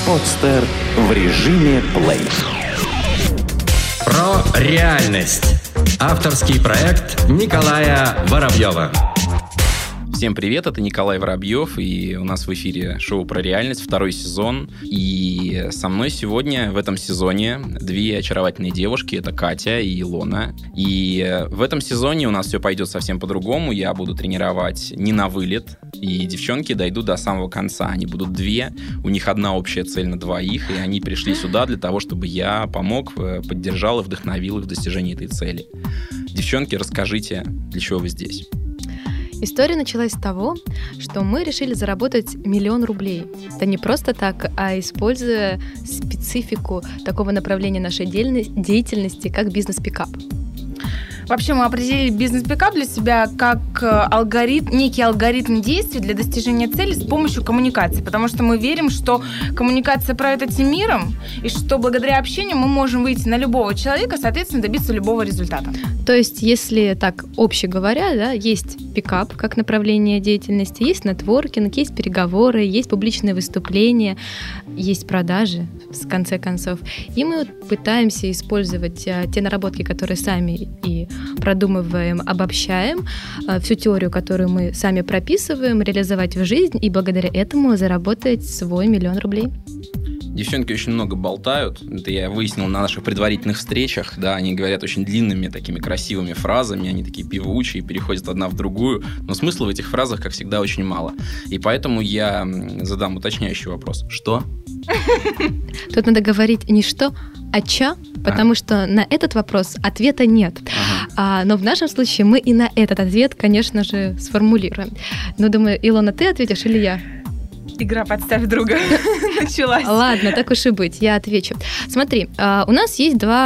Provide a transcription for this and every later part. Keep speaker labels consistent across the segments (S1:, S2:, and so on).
S1: Подстер в режиме плей.
S2: Про реальность. Авторский проект Николая Воробьева.
S3: Всем привет, это Николай Воробьев, и у нас в эфире шоу «Про реальность», второй сезон. И со мной сегодня в этом сезоне две очаровательные девушки, это Катя и Илона. И в этом сезоне у нас все пойдет совсем по-другому, я буду тренировать не на вылет, и девчонки дойдут до самого конца. Они будут две, у них одна общая цель на двоих, и они пришли сюда для того, чтобы я помог, поддержал и вдохновил их в достижении этой цели. Девчонки, расскажите, для чего вы здесь?
S4: История началась с того, что мы решили заработать 1 000 000 рублей. Это не просто так, а используя специфику такого направления нашей деятельности, как бизнес-пикап.
S5: Вообще мы определили бизнес-пикап для себя как некий алгоритм действий для достижения цели с помощью коммуникации, потому что мы верим, что коммуникация правит этим миром, и что благодаря общению мы можем выйти на любого человека, соответственно, добиться любого результата.
S4: То есть, если так, обще говоря, да, есть пикап как направление деятельности, есть нетворкинг, есть переговоры, есть публичные выступления, есть продажи, в конце концов. И мы пытаемся использовать те наработки, которые сами и продумываем, обобщаем, всю теорию, которую мы сами прописываем, реализовать в жизнь и благодаря этому заработать свой 1 000 000 рублей.
S3: Девчонки очень много болтают. Это я выяснил на наших предварительных встречах. Да, они говорят очень длинными, такими красивыми фразами. Они такие певучие, переходят одна в другую. Но смысла в этих фразах, как всегда, очень мало. И поэтому я задам уточняющий вопрос. Что?
S4: Тут надо говорить не что, а чё, потому что на этот вопрос ответа нет. Но в нашем случае мы и на этот ответ, конечно же, сформулируем. Но думаю, Илона, ты ответишь или я?
S5: Игра «Подставь друга» началась.
S4: Ладно, так уж и быть, я отвечу. Смотри, у нас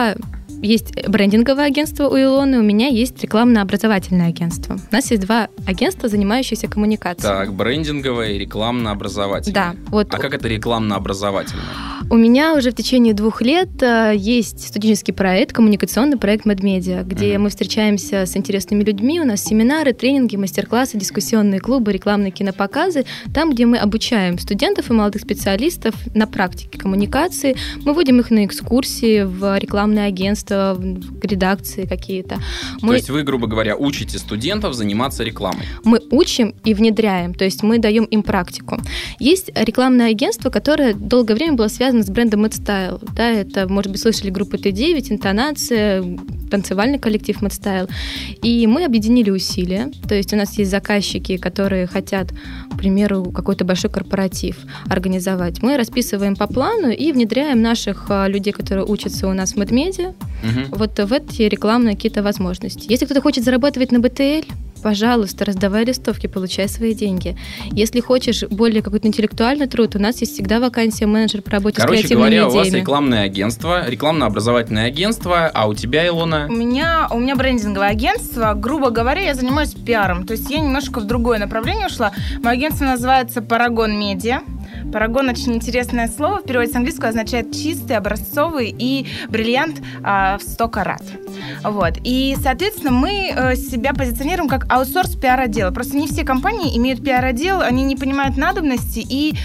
S4: есть брендинговое агентство у Илоны, у меня есть рекламно-образовательное агентство. У нас есть 2 агентства, занимающиеся коммуникацией.
S3: Так, брендинговое и рекламно-образовательное.
S4: Да. Вот.
S3: А как это рекламно-образовательное?
S4: У меня уже в течение 2 лет есть студенческий проект, коммуникационный проект MedMedia, где мы встречаемся с интересными людьми, у нас семинары, тренинги, мастер-классы, дискуссионные клубы, рекламные кинопоказы, там, где мы обучаем студентов и молодых специалистов на практике коммуникации, мы водим их на экскурсии в рекламное агентство, в редакции какие-то.
S3: То есть вы, грубо говоря, учите студентов заниматься рекламой?
S4: Мы учим и внедряем, то есть мы даем им практику. Есть рекламное агентство, которое долгое время было связано с брендом MedStyle. Да, это, может быть, слышали группу Т9, Интонация, танцевальный коллектив MedStyle. И мы объединили усилия. То есть у нас есть заказчики, которые хотят, к примеру, какой-то большой корпоратив организовать. Мы расписываем по плану и внедряем наших людей, которые учатся у нас в MedMedia, вот в эти рекламные какие-то возможности. Если кто-то хочет зарабатывать на БТЛ, пожалуйста, раздавай листовки, получай свои деньги. Если хочешь более какой-то интеллектуальный труд, у нас есть всегда вакансия менеджер по работе с креативными идеями.
S3: Короче говоря, у вас рекламное агентство, рекламно-образовательное агентство, а у тебя, Илона?
S5: У меня брендинговое агентство. Грубо говоря, я занимаюсь пиаром. То есть я немножко в другое направление ушла. Мое агентство называется Paragon Media. Парагон — очень интересное слово. В переводе с английского означает чистый, образцовый и бриллиант в 100 карат. Вот. И, соответственно, мы себя позиционируем как аутсорс пиар-отдела. Просто не все компании имеют пиар-отдел, они не понимают надобности. И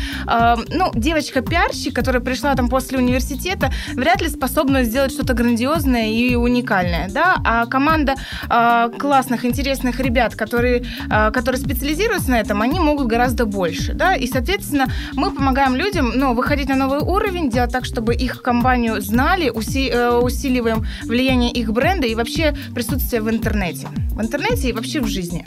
S5: девочка-пиарщик, которая пришла там после университета, вряд ли способна сделать что-то грандиозное и уникальное. Да? А команда классных, интересных ребят, которые специализируются на этом, они могут гораздо больше. Да? И, соответственно, мы помогаем людям выходить на новый уровень, делать так, чтобы их компанию знали, усиливаем влияние их бренда и вообще присутствие в интернете. В интернете и вообще в жизни.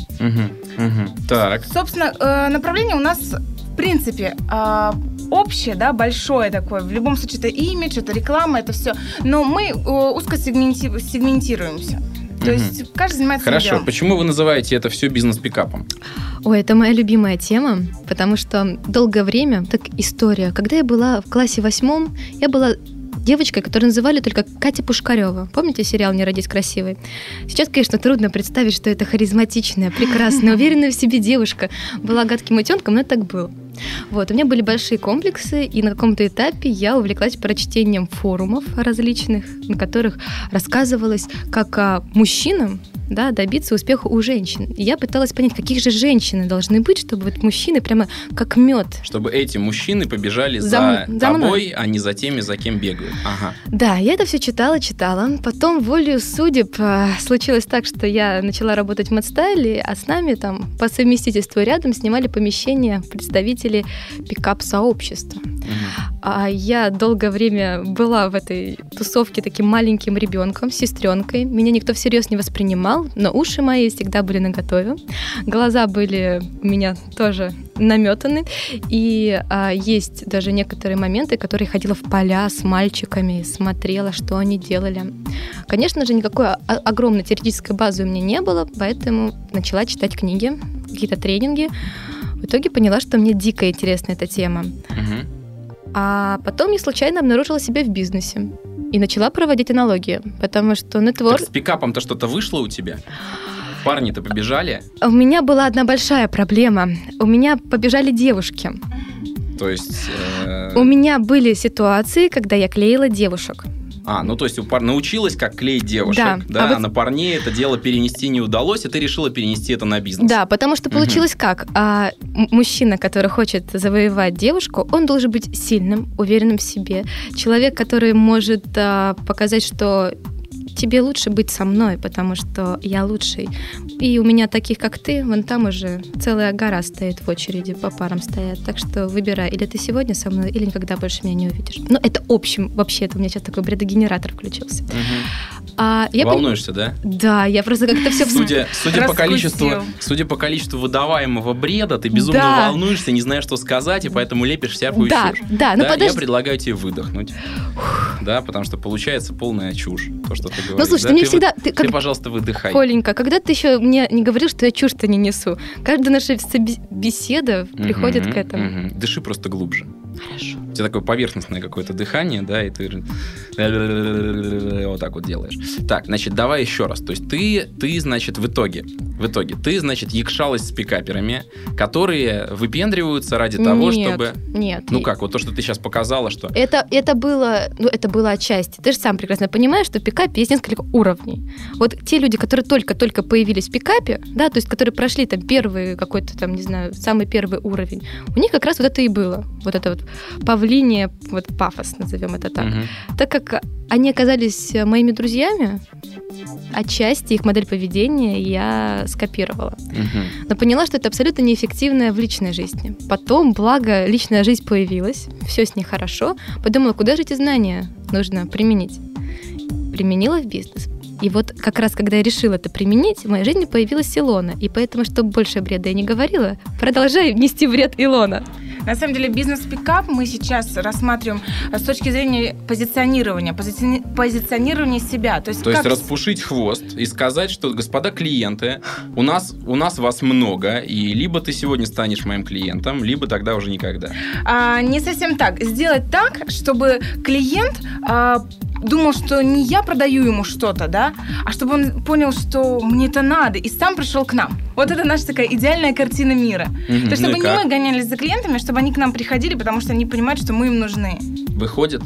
S3: Так.
S5: Собственно, направление у нас, в принципе, общее, да, большое такое. В любом случае, это имидж, это реклама, это все. Но мы узко сегментируемся. То есть каждый занимается своим делом.
S3: Хорошо. Почему вы называете это все бизнес-пикапом?
S4: Ой, это моя любимая тема, потому что долгое время, так история. Когда я была в классе 8, я была девочкой, которую называли только Катя Пушкарева. Помните сериал «Не родись красивой»? Сейчас, конечно, трудно представить, что это харизматичная, прекрасная, уверенная в себе девушка была гадким утенком, но так было. Вот, у меня были большие комплексы, и на каком-то этапе я увлеклась прочтением форумов различных, на которых рассказывалось, как мужчинам да, добиться успеха у женщин. И я пыталась понять, какие же женщины должны быть, чтобы вот мужчины прямо как мед.
S3: Чтобы эти мужчины побежали за тобой, а не за теми, за кем бегают. Ага.
S4: Да, я это все читала. Потом волею судеб случилось так, что я начала работать в Медстайле, а с нами там по совместительству рядом снимали помещение представители пикап-сообщества. А я долгое время была в этой тусовке таким маленьким ребенком, сестренкой. Меня никто всерьез не воспринимал, но уши мои всегда были наготове. Глаза были у меня тоже наметаны. И есть даже некоторые моменты, которые я ходила в поля с мальчиками, смотрела, что они делали. Конечно же, никакой огромной теоретической базы у меня не было, поэтому начала читать книги, какие-то тренинги. В итоге поняла, что мне дико интересна эта тема. А потом я случайно обнаружила себя в бизнесе и начала проводить аналогии, потому что нетворк...
S3: Так с пикапом-то что-то вышло у тебя? Парни-то побежали?
S4: У меня была одна большая проблема. У меня побежали девушки.
S3: То есть...
S4: У меня были ситуации, когда я клеила девушек.
S3: То есть научилась, как клеить девушек, да? А на парней это дело перенести не удалось, и ты решила перенести это на бизнес.
S4: Да, потому что получилось как? Мужчина, который хочет завоевать девушку, он должен быть сильным, уверенным в себе. Человек, который может показать, что тебе лучше быть со мной, потому что я лучший. И у меня таких, как ты, вон там уже целая гора стоит в очереди, по парам стоят. Так что выбирай, или ты сегодня со мной, или никогда больше меня не увидишь. Но это общем, вообще, это у меня сейчас такой бредогенератор включился.
S3: Волнуешься, да?
S4: Да, я просто как-то все...
S3: Судя по количеству выдаваемого бреда, ты безумно волнуешься, не знаешь, что сказать, и поэтому лепишь всякую чушь.
S4: Да,
S3: я предлагаю тебе выдохнуть. Да, потому что получается полная чушь, то, что ты говоришь.
S4: Ну, слушай, ты мне всегда...
S3: Ты, пожалуйста, выдыхай.
S4: Коленька, когда ты еще мне не говорил, что я чушь-то не несу? Каждая наша беседа приходит к этому.
S3: Дыши просто глубже.
S4: Хорошо.
S3: У тебя такое поверхностное какое-то дыхание, да, и ты вот так вот делаешь. Так, значит, давай еще раз. То есть ты, значит, в итоге, ты, значит, якшалась с пикаперами, которые выпендриваются ради того, чтобы...
S4: Нет.
S3: Ну как, вот то, что ты сейчас показала, что...
S4: Это было отчасти. Ты же сам прекрасно понимаешь, что в пикапе есть несколько уровней. Вот те люди, которые только-только появились в пикапе, да, то есть которые прошли там первый какой-то там, не знаю, самый первый уровень, у них как раз вот это и было. Вот это вот павлиние, вот пафос, назовем это так. Так как они оказались моими друзьями, отчасти их модель поведения я скопировала. Но поняла, что это абсолютно неэффективно в личной жизни. Потом, благо, личная жизнь появилась, все с ней хорошо. Подумала, куда же эти знания нужно применить. Применила в бизнес. И вот как раз, когда я решила это применить, в моей жизни появилась Илона. И поэтому, чтобы больше бреда я не говорила, продолжаю нести бред Илона.
S5: На самом деле бизнес-пикап мы сейчас рассматриваем с точки зрения позиционирования себя. То есть
S3: распушить хвост и сказать, что, господа клиенты, у нас вас много, и либо ты сегодня станешь моим клиентом, либо тогда уже никогда.
S5: Не совсем так. Сделать так, чтобы клиент думал, что не я продаю ему что-то, да, а чтобы он понял, что мне это надо, и сам пришел к нам. Вот это наша такая идеальная картина мира. То есть, чтобы не мы гонялись за клиентами, чтобы они к нам приходили, потому что они понимают, что мы им нужны.
S3: Выходит?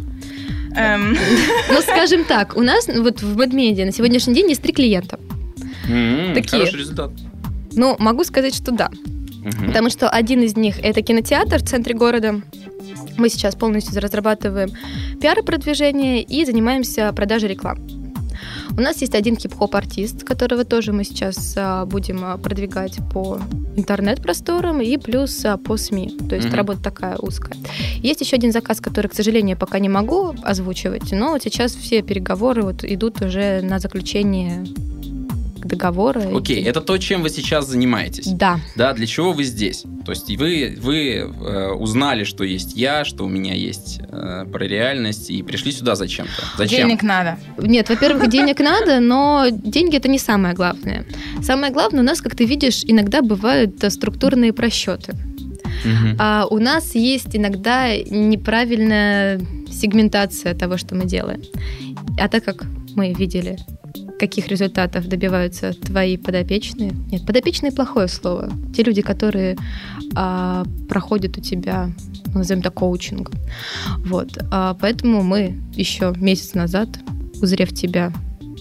S4: Ну, скажем так, у нас вот в MedMedia на сегодняшний день есть 3 клиента.
S3: Хороший результат.
S4: Ну, могу сказать, что да. Потому что один из них – это кинотеатр в центре города. Мы сейчас полностью разрабатываем пиар-продвижение и занимаемся продажей рекламы. У нас есть один хип-хоп-артист, которого тоже мы сейчас будем продвигать по интернет-просторам и плюс по СМИ. То есть работа такая узкая. Есть еще один заказ, который, к сожалению, пока не могу озвучивать, но вот сейчас все переговоры вот идут уже на заключение договора.
S3: Окей, это то, чем вы сейчас занимаетесь.
S4: Да.
S3: Да, для чего вы здесь? То есть вы узнали, что есть я, что у меня есть про реальность, и пришли сюда зачем-то. Зачем?
S5: Денег надо.
S4: Нет, во-первых, денег надо, но деньги – это не самое главное. Самое главное, у нас, как ты видишь, иногда бывают структурные просчеты. А у нас есть иногда неправильная сегментация того, что мы делаем. А так как мы видели, каких результатов добиваются твои подопечные. Нет, подопечные – плохое слово. Те люди, которые проходят у тебя, назовем так, коучинг. Вот. Поэтому мы еще месяц назад, узрев тебя,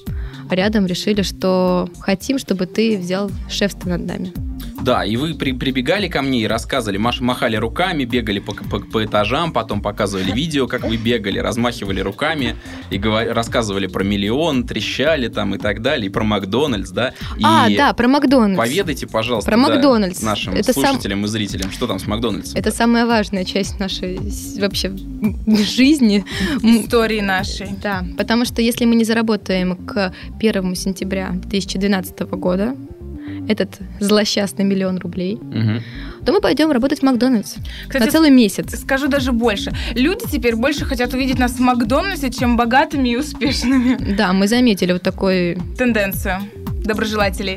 S4: рядом решили, что хотим, чтобы ты взял шефство над нами.
S3: Да, и вы прибегали ко мне и рассказывали, махали руками, бегали по этажам, потом показывали видео, как вы бегали, размахивали руками и рассказывали про миллион, трещали там и так далее, и про Макдональдс, да?
S4: Да, про Макдональдс.
S3: Поведайте, пожалуйста,
S4: про Макдональдс.
S3: Нашим слушателям и зрителям, что там с Макдональдсом.
S4: Это самая важная часть нашей вообще жизни.
S5: Истории нашей.
S4: Да, потому что если мы не заработаем к 1 сентября 2012 года этот злосчастный 1 000 000 рублей, то мы пойдем работать в Макдональдс. Кстати, на целый месяц.
S5: Скажу даже больше. Люди теперь больше хотят увидеть нас в Макдональдсе, чем богатыми и успешными.
S4: Да, мы заметили вот такую
S5: тенденцию доброжелателей.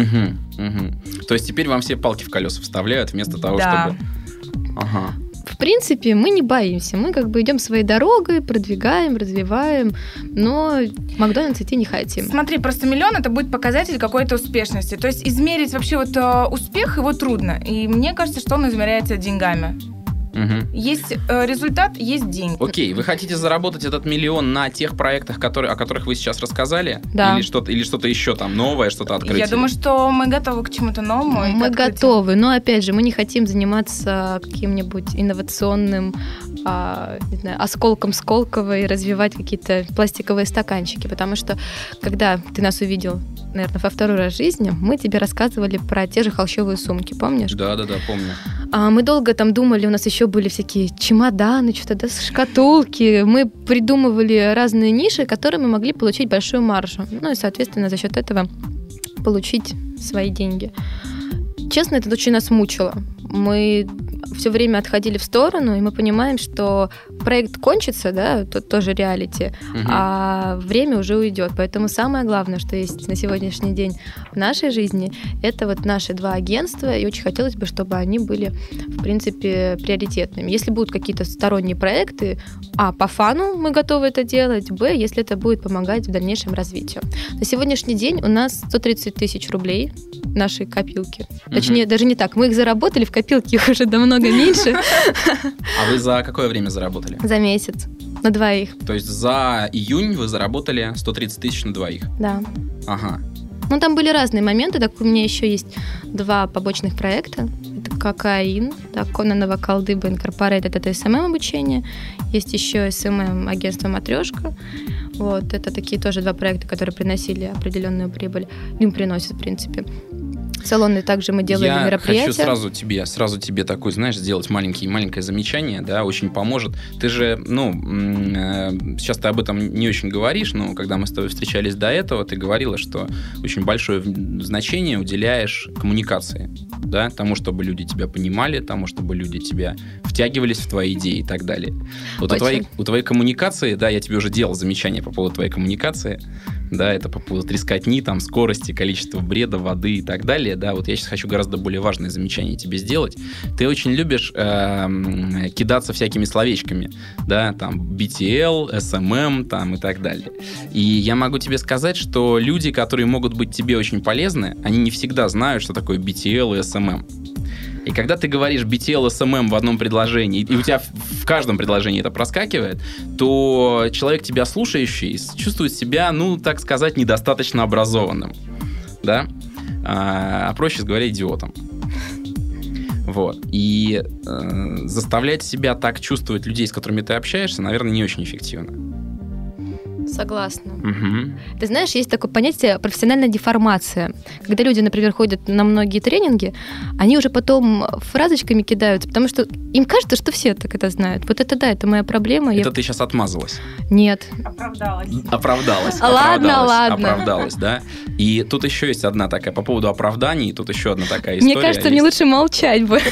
S3: То есть теперь вам все палки в колеса вставляют вместо того, чтобы... Ага.
S4: В принципе, мы не боимся. Мы как бы идем своей дорогой, продвигаем, развиваем, но в Макдональдс идти не хотим.
S5: Смотри, просто 1 000 000 это будет показатель какой-то успешности. То есть измерить вообще вот успех его трудно. И мне кажется, что он измеряется деньгами. Есть результат, есть деньги.
S3: Окей, вы хотите заработать этот 1 000 000 на тех проектах, о которых вы сейчас рассказали?
S4: Да.
S3: Или что-то еще там новое, что-то открыть?
S5: Я думаю, что мы готовы к чему-то новому.
S4: Мы готовы, но опять же, мы не хотим заниматься каким-нибудь инновационным, не знаю, осколком Сколково и развивать какие-то пластиковые стаканчики, потому что когда ты нас увидел, наверное, во 2-й раз в жизни, мы тебе рассказывали про те же холщовые сумки, помнишь?
S3: Да, помню.
S4: Мы долго там думали, у нас еще были всякие чемоданы, что-то, шкатулки. Мы придумывали разные ниши, которые мы могли получить большую маржу. Ну и, соответственно, за счет этого получить свои деньги. Честно, это очень нас мучило. Мы все время отходили в сторону, и мы понимаем, что проект кончится, да, тут тоже реалити, а время уже уйдет. Поэтому самое главное, что есть на сегодняшний день в нашей жизни, это вот наши 2 агентства, и очень хотелось бы, чтобы они были, в принципе, приоритетными. Если будут какие-то сторонние проекты, по фану мы готовы это делать, если это будет помогать в дальнейшем развитию. На сегодняшний день у нас 130 000 рублей нашей копилки. Точнее, даже не так. Мы их заработали, в копилке их уже намного меньше.
S3: А вы за какое время заработали?
S4: За месяц. На 2.
S3: То есть за июнь вы заработали 130 000 на 2?
S4: Да.
S3: Ага.
S4: Ну, там были разные моменты. Так у меня еще есть 2 побочных проекта. Это Кокаин, Кононова Колдыба Инкорпорейтед, это SMM обучение. Есть еще SMM агентство Матрешка. Вот, это такие тоже 2 проекта, которые приносили определенную прибыль. Им приносят, в принципе. Салоны также мы делали мероприятия.
S3: Я хочу сразу тебе такое, знаешь, сделать маленькое замечание, да, очень поможет. Ты же, сейчас ты об этом не очень говоришь, но когда мы с тобой встречались до этого, ты говорила, что очень большое значение уделяешь коммуникации, да, тому, чтобы люди тебя понимали, тому, чтобы люди тебя втягивались в твои идеи и так далее. Вот у твоей коммуникации, да, я тебе уже делал замечание по поводу твоей коммуникации, да, это по поводу трескотни, там, скорости, количества бреда, воды и так далее, да, вот я сейчас хочу гораздо более важное замечание тебе сделать. Ты очень любишь кидаться всякими словечками, да, там, BTL, SMM, там, и так далее. И я могу тебе сказать, что люди, которые могут быть тебе очень полезны, они не всегда знают, что такое BTL и SMM. И когда ты говоришь BTL, SMM в одном предложении, и у тебя в каждом предложении это проскакивает, то человек, тебя слушающий, чувствует себя, так сказать, недостаточно образованным. Да? А проще говоря, идиотом. Вот. И заставлять себя так чувствовать людей, с которыми ты общаешься, наверное, не очень эффективно.
S4: Согласна. Ты знаешь, есть такое понятие профессиональная деформация. Когда люди, например, ходят на многие тренинги, они уже потом фразочками кидаются, потому что им кажется, что все так это знают. Вот это да, это моя проблема.
S3: Это ты сейчас отмазалась?
S4: Нет.
S5: Оправдалась.
S4: Ладно.
S3: Оправдалась, да? И тут еще есть одна такая, по поводу оправданий, тут еще одна такая история.
S4: Мне кажется, мне лучше молчать бы.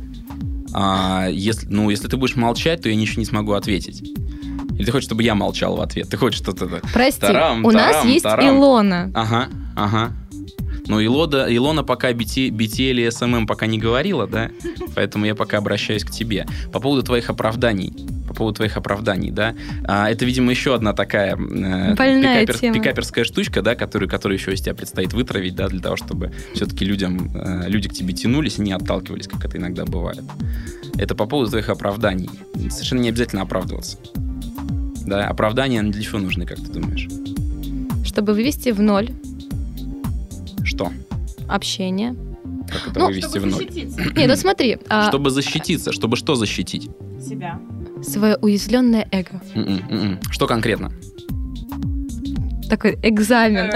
S3: Если ты будешь молчать, то я ничего не смогу ответить. Или ты хочешь, чтобы я молчал в ответ? Ты хочешь что-то...
S4: Прости, у нас есть Илона.
S3: Ага. Но Илона пока BTL и SMM пока не говорила, да? Поэтому я пока обращаюсь к тебе. По поводу твоих оправданий, да? Это, видимо, еще одна такая пикаперская штучка, да, которую еще из тебя предстоит вытравить, да, для того, чтобы все-таки люди к тебе тянулись и не отталкивались, как это иногда бывает. Это по поводу твоих оправданий. Совершенно не обязательно оправдываться. Да, оправдания для чего нужны, как ты думаешь?
S4: чтобы вывести в ноль
S3: Что?
S4: общение.
S3: Как это вывести
S5: чтобы
S3: в ноль?
S5: защититься.
S4: Нет, вот смотри,
S3: Чтобы защититься. Чтобы что защитить?
S5: Себя.
S4: свое уязвленное эго.
S3: Что конкретно?
S4: Такой экзамен.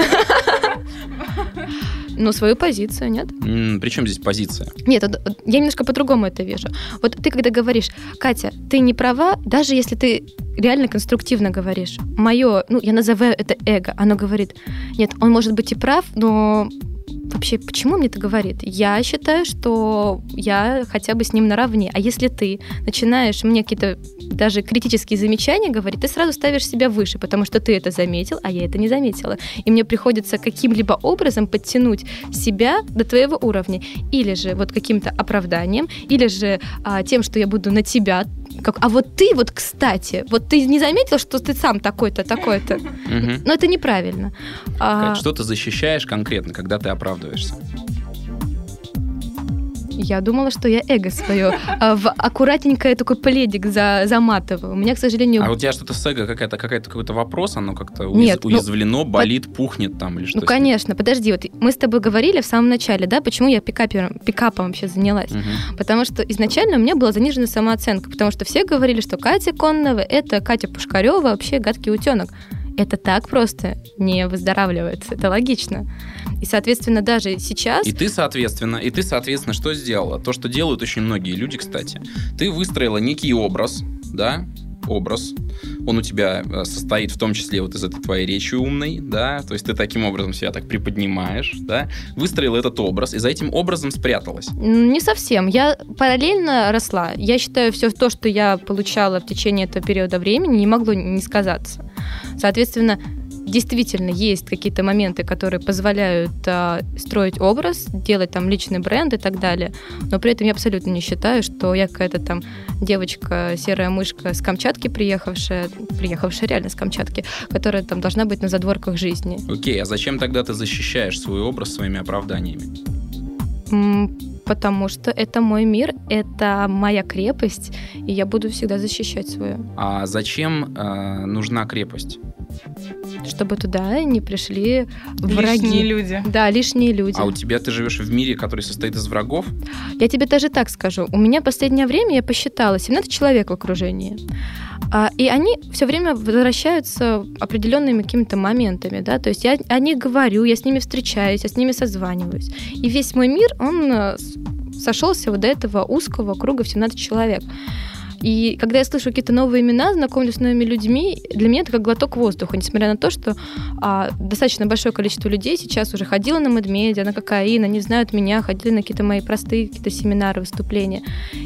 S4: Ну, свою позицию, нет?
S3: При чем здесь позиция?
S4: Нет, я немножко по-другому это вижу. Вот ты когда говоришь, Катя, ты не права, даже если ты реально конструктивно говоришь, мое, я называю это эго, оно говорит, нет, он может быть и прав, но вообще, почему мне это говорит? Я считаю, что я хотя бы с ним наравне. А если ты начинаешь мне какие-то даже критические замечания говорить, ты сразу ставишь себя выше, потому что ты это заметил, а я это не заметила. И мне приходится каким-либо образом подтянуть себя до твоего уровня. Или же вот каким-то оправданием, или же тем, что я буду на тебя. А вот ты, кстати, ты не заметил, что ты сам такой-то, такой-то? Но это неправильно.
S3: Кать, что ты защищаешь конкретно, когда ты оправдываешься?
S4: Я думала, что я эго свое в аккуратненькое такой пледик заматываю. У меня, к сожалению...
S3: А у тебя что-то с эго, какой-то вопрос, оно как-то
S4: Нет,
S3: уязвлено, болит, пухнет там или что?
S4: Ну, конечно, подожди, мы с тобой говорили в самом начале, да, почему я пикапом вообще занялась. Потому что изначально у меня была заниженная самооценка, потому что все говорили, что Катя Коннова — это Катя Пушкарева, вообще гадкий утенок. Это так просто не выздоравливается, это логично. И, соответственно, даже сейчас...
S3: И ты, соответственно, что сделала? То, что делают очень многие люди, кстати. Ты выстроила некий образ, да, он у тебя состоит в том числе вот из этой твоей речи умной, да, то есть ты таким образом себя так приподнимаешь, да, выстроила этот образ и за этим образом спряталась.
S4: Не совсем. Я параллельно росла. Я считаю, все то, что я получала в течение этого периода времени, не могло не сказаться. Соответственно, действительно есть какие-то моменты, которые позволяют строить образ, делать там личный бренд и так далее, но при этом я абсолютно не считаю, что я какая-то там девочка, серая мышка с Камчатки приехавшая реально с Камчатки, которая там должна быть на задворках жизни.
S3: Окей, а зачем тогда ты защищаешь свой образ своими оправданиями?
S4: Потому что это мой мир, это моя крепость, и я буду всегда защищать свою.
S3: А зачем нужна крепость?
S4: Чтобы туда не пришли враги.
S5: Лишние люди.
S4: Да, лишние люди.
S3: А у тебя ты живешь в мире, который состоит из врагов?
S4: Я тебе даже так скажу. У меня в последнее время, я посчитала, 17 человек в окружении. И они все время возвращаются определенными какими-то моментами. Да? То есть я о них говорю, я с ними встречаюсь, я с ними созваниваюсь. И весь мой мир, он сошелся вот до этого узкого круга в 17 человек. И когда я слышу какие-то новые имена, знакомлюсь с новыми людьми, для меня это как глоток воздуха, несмотря на то, что достаточно большое количество людей сейчас уже ходило на медмедиа, на кокаин, они знают меня, ходили на какие-то мои простые какие-то семинары, выступления.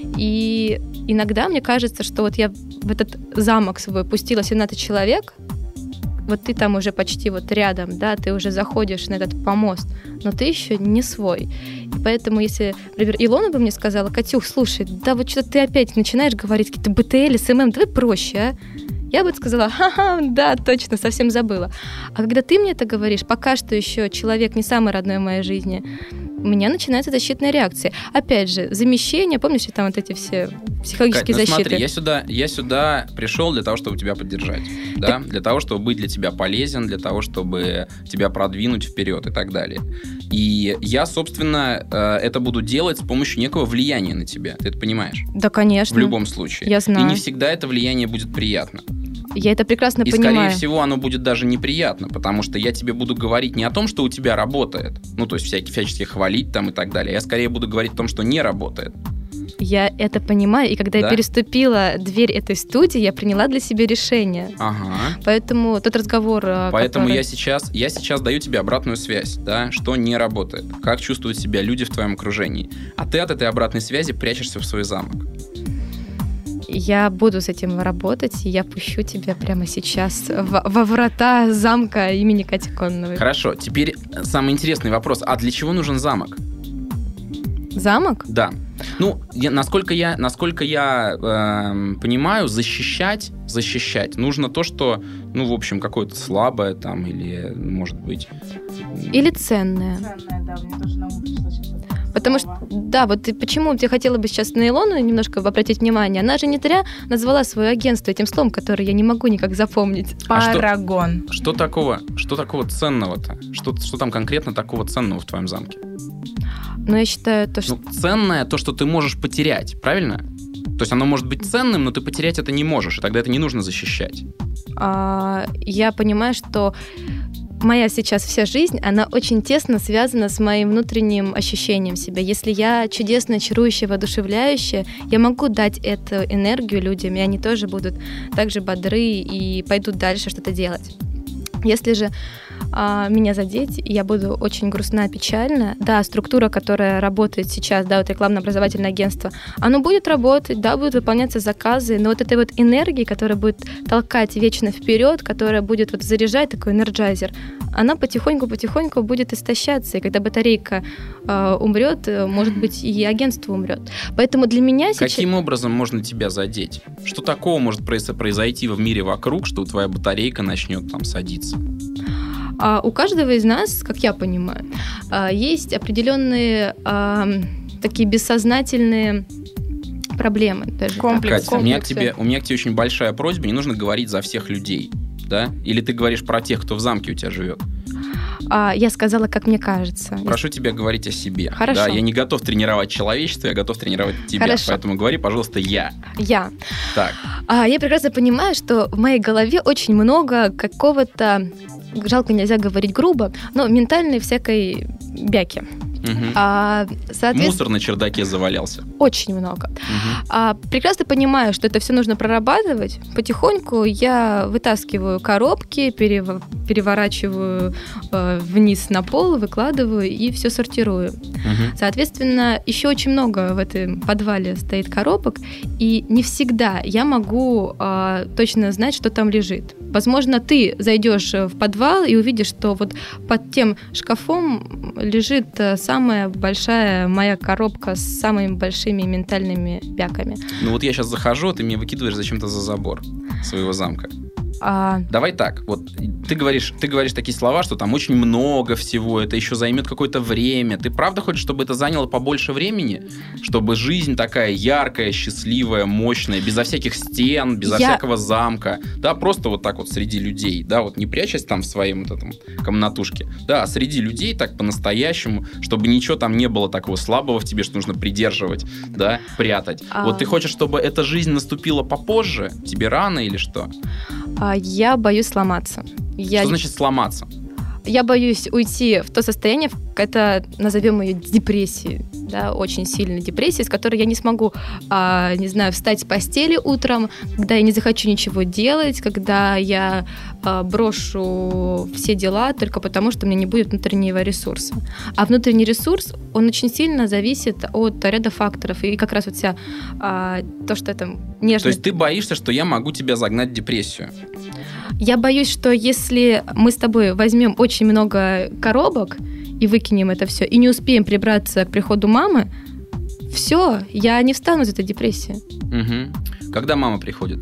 S4: И иногда мне кажется, что вот я в этот замок свой пустила 17 человек, вот ты там уже почти вот рядом, да, ты уже заходишь на этот помост, но ты еще не свой. И поэтому, если, например, Илона бы мне сказала: Катюх, слушай, да вот что-то ты опять начинаешь говорить какие-то БТЛ, СММ, давай проще, а? Я бы сказала: ха-ха, да, точно, совсем забыла. А когда ты мне это говоришь, пока что еще человек не самый родной в моей жизни, у меня начинается защитная реакция. Опять же, замещение, помнишь, там вот эти все психологические
S3: Кать,
S4: защиты?
S3: Смотри, я сюда пришел для того, чтобы тебя поддержать, да? Для того, чтобы быть для тебя полезен, для того, чтобы тебя продвинуть вперед и так далее. И я, собственно, это буду делать с помощью некого влияния на тебя. Ты это понимаешь?
S4: Да, конечно.
S3: В любом случае.
S4: Я знаю.
S3: И не всегда это влияние будет приятно.
S4: Я это прекрасно понимаю.
S3: И, скорее всего, оно будет даже неприятно, потому что я тебе буду говорить не о том, что у тебя работает, то есть всячески хвалить там и так далее. Я скорее буду говорить о том, что не работает.
S4: Я это понимаю, и когда я переступила дверь этой студии, я приняла для себя решение.
S3: Ага.
S4: Поэтому тот разговор...
S3: Поэтому я сейчас даю тебе обратную связь, да, что не работает, как чувствуют себя люди в твоем окружении. А ты от этой обратной связи прячешься в свой замок.
S4: Я буду с этим работать, и я пущу тебя прямо сейчас во врата замка имени Кати Конновой.
S3: Хорошо, теперь самый интересный вопрос. А для чего нужен замок?
S4: Замок?
S3: Да. Насколько я понимаю, защищать нужно то, что, в общем, какое-то слабое там, или, может быть...
S4: Или ценное.
S5: Ценное, да, мне тоже на ум пришло сейчас.
S4: Потому что, да, вот почему я хотела бы сейчас на Илону немножко обратить внимание. Она же не зря назвала свое агентство этим словом, которое я не могу никак запомнить.
S5: Парагон.
S3: Что такого ценного-то? Что там конкретно такого ценного в твоем замке?
S4: Но я считаю, то, что...
S3: Ценное то, что ты можешь потерять, правильно? То есть оно может быть ценным, но ты потерять это не можешь, и тогда это не нужно защищать.
S4: Я понимаю, что моя сейчас вся жизнь, она очень тесно связана с моим внутренним ощущением себя. Если я чудесная, чарующая, воодушевляющая, я могу дать эту энергию людям, и они тоже будут так же бодры и пойдут дальше что-то делать. Если же меня задеть, я буду очень грустна, печальна. Да, структура, которая работает сейчас, да, вот рекламно-образовательное агентство, оно будет работать, да, будут выполняться заказы, но вот этой вот энергии, которая будет толкать вечно вперед, которая будет вот заряжать, такой энерджайзер, она потихоньку будет истощаться, и когда батарейка умрет, может быть, и агентство умрет. Поэтому для меня сейчас...
S3: Каким образом можно тебя задеть? Что такого может произойти в мире вокруг, что твоя батарейка начнет там садиться?
S4: У каждого из нас, как я понимаю, есть определенные такие бессознательные проблемы. Даже
S5: Комплексы.
S3: Катя, у меня к тебе очень большая просьба, не нужно говорить за всех людей, да? Или ты говоришь про тех, кто в замке у тебя живет?
S4: Я сказала, как мне кажется.
S3: Прошу тебя говорить о себе.
S4: Хорошо.
S3: Да, я не готов тренировать человечество, я готов тренировать тебя.
S4: Хорошо.
S3: Поэтому говори, пожалуйста, я. Так.
S4: Я прекрасно понимаю, что в моей голове очень много какого-то, жалко, нельзя говорить грубо, но ментальной всякой бяки.
S3: Угу. Мусор на чердаке завалялся.
S4: Очень много.
S3: Угу.
S4: Прекрасно понимаю, что это все нужно прорабатывать. Потихоньку я вытаскиваю коробки, переворачиваю вниз на пол, выкладываю и все сортирую.
S3: Угу.
S4: Соответственно, еще очень много в этом подвале стоит коробок, и не всегда я могу точно знать, что там лежит. Возможно, ты зайдешь в подвал и увидишь, что вот под тем шкафом лежит самая большая моя коробка с самыми большими ментальными бяками.
S3: Ну вот я сейчас захожу, а ты меня выкидываешь зачем-то за забор своего замка. Давай так, вот ты говоришь такие слова, что там очень много всего, это еще займет какое-то время. Ты правда хочешь, чтобы это заняло побольше времени? Чтобы жизнь такая яркая, счастливая, мощная, безо всяких стен, безо всякого замка, да, просто вот так вот среди людей, да, вот не прячась там в своем вот этом комнатушке, да, а среди людей так по-настоящему, чтобы ничего там не было такого слабого в тебе, что нужно придерживать, да, прятать. Вот ты хочешь, чтобы эта жизнь наступила попозже? Тебе рано или что?
S4: Я боюсь сломаться.
S3: Что значит сломаться?
S4: Я боюсь уйти в то состояние, это, назовем ее депрессией, да, очень сильной депрессией, с которой я не смогу, не знаю, встать с постели утром, когда я не захочу ничего делать, когда я брошу все дела только потому, что у меня не будет внутреннего ресурса. А внутренний ресурс, он очень сильно зависит от ряда факторов. И как раз вот вся то, что это нежность...
S3: То есть ты боишься, что я могу тебя загнать в депрессию?
S4: Я боюсь, что если мы с тобой возьмем очень много коробок и выкинем это все, и не успеем прибраться к приходу мамы, все, я не встану из этой депрессии.
S3: Угу. Когда мама приходит?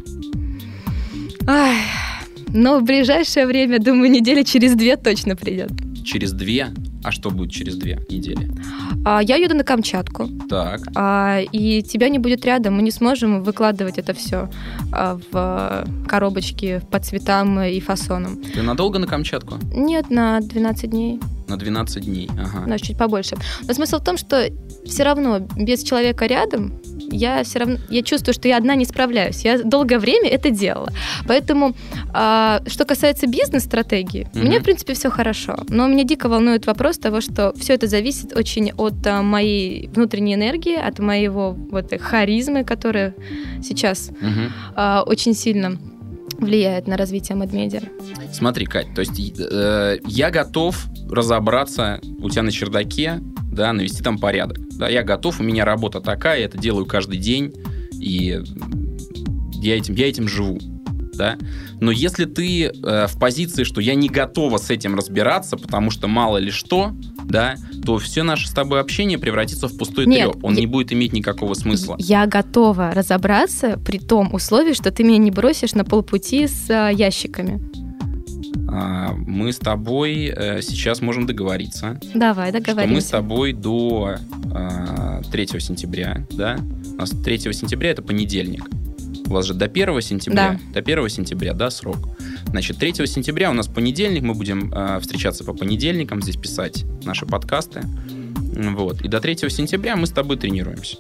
S4: Но в ближайшее время, думаю, недели через 2 точно придет.
S3: Через 2? А что будет через 2 недели?
S4: Я еду на Камчатку.
S3: Так.
S4: И тебя не будет рядом. Мы не сможем выкладывать это все в коробочки по цветам и фасонам.
S3: Ты надолго на Камчатку?
S4: Нет, на 12 дней.
S3: На 12 дней, ага.
S4: Даже чуть побольше. Но смысл в том, что все равно без человека рядом я чувствую, что я одна не справляюсь. Я долгое время это делала. Поэтому, что касается бизнес-стратегии, у меня, в принципе, все хорошо. Но меня дико волнует вопрос того, что все это зависит очень от моей внутренней энергии, от моего харизмы, которая сейчас очень сильно влияет на развитие MedMedia.
S3: Смотри, Кать, то есть я готов разобраться у тебя на чердаке, да, навести там порядок. Да, я готов, у меня работа такая, я это делаю каждый день, и я этим живу. Да? Но если ты в позиции, что я не готова с этим разбираться, потому что мало ли что, да, то все наше с тобой общение превратится в пустой треп. Он не будет иметь никакого смысла.
S4: Я готова разобраться при том условии, что ты меня не бросишь на полпути с ящиками.
S3: мы с тобой сейчас можем договориться.
S4: Давай, договоримся.
S3: Что мы с тобой до 3 сентября, да? У нас 3 сентября это понедельник. У вас же до 1 сентября,
S4: да.
S3: До 1 сентября, да, срок. Значит, 3 сентября у нас понедельник, мы будем встречаться по понедельникам, здесь писать наши подкасты. Вот. И до 3 сентября мы с тобой тренируемся.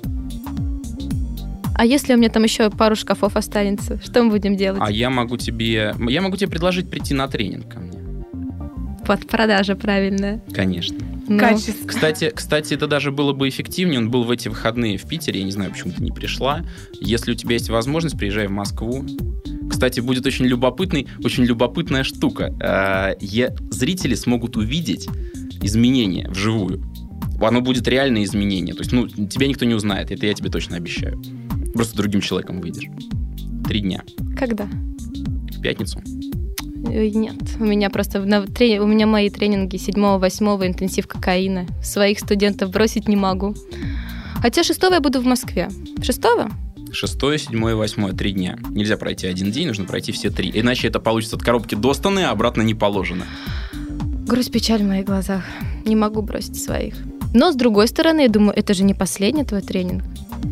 S4: А если у меня там еще пару шкафов останется, что мы будем делать?
S3: А я могу тебе предложить прийти на тренинг ко мне.
S4: Под продажа правильная.
S3: Конечно.
S4: Ну.
S5: Качество.
S3: Кстати, это даже было бы эффективнее. Он был в эти выходные в Питере. Я не знаю, почему ты не пришла. Если у тебя есть возможность, приезжай в Москву. Кстати, будет очень любопытная штука. Зрители смогут увидеть изменения вживую. Оно будет реальное изменение. То есть, тебя никто не узнает. Это я тебе точно обещаю. Просто другим человеком выйдешь. 3 дня.
S4: Когда?
S3: В пятницу.
S4: Нет, у меня просто у меня мои тренинги 7-8 интенсив кокаина. Своих студентов бросить не могу. Хотя 6 я буду в Москве. 6?
S3: 6, 7, 8, 3 дня. Нельзя пройти один день, нужно пройти все 3. Иначе это получится от коробки достаны, а обратно не положено.
S4: Грусть, печаль в моих глазах. Не могу бросить своих. Но, с другой стороны, я думаю, это же не последний твой тренинг.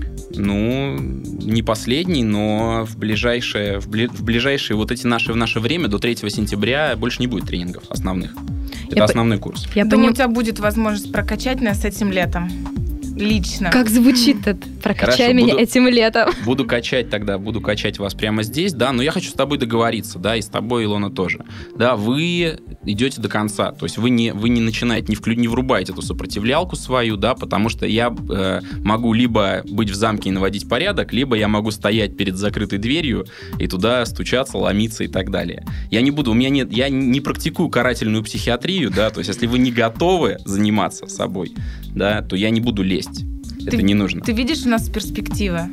S3: Не последний, но в ближайшее вот эти в наше время, до 3 сентября, больше не будет тренингов основных. Это основной курс.
S5: Я думаю, у тебя будет возможность прокачать нас этим летом. Лично.
S4: Как звучит это? Прокачай
S3: Хорошо,
S4: меня этим летом.
S3: Буду качать вас прямо здесь, да, но я хочу с тобой договориться, да, и с тобой, Илона, тоже. Да, вы идете до конца, то есть вы не начинаете, не врубаете эту сопротивлялку свою, да, потому что я могу либо быть в замке и наводить порядок, либо я могу стоять перед закрытой дверью и туда стучаться, ломиться и так далее. Я не практикую карательную психиатрию, да, то есть если вы не готовы заниматься собой, да, то я не буду лезть. Это не нужно.
S5: Ты видишь у нас перспективы?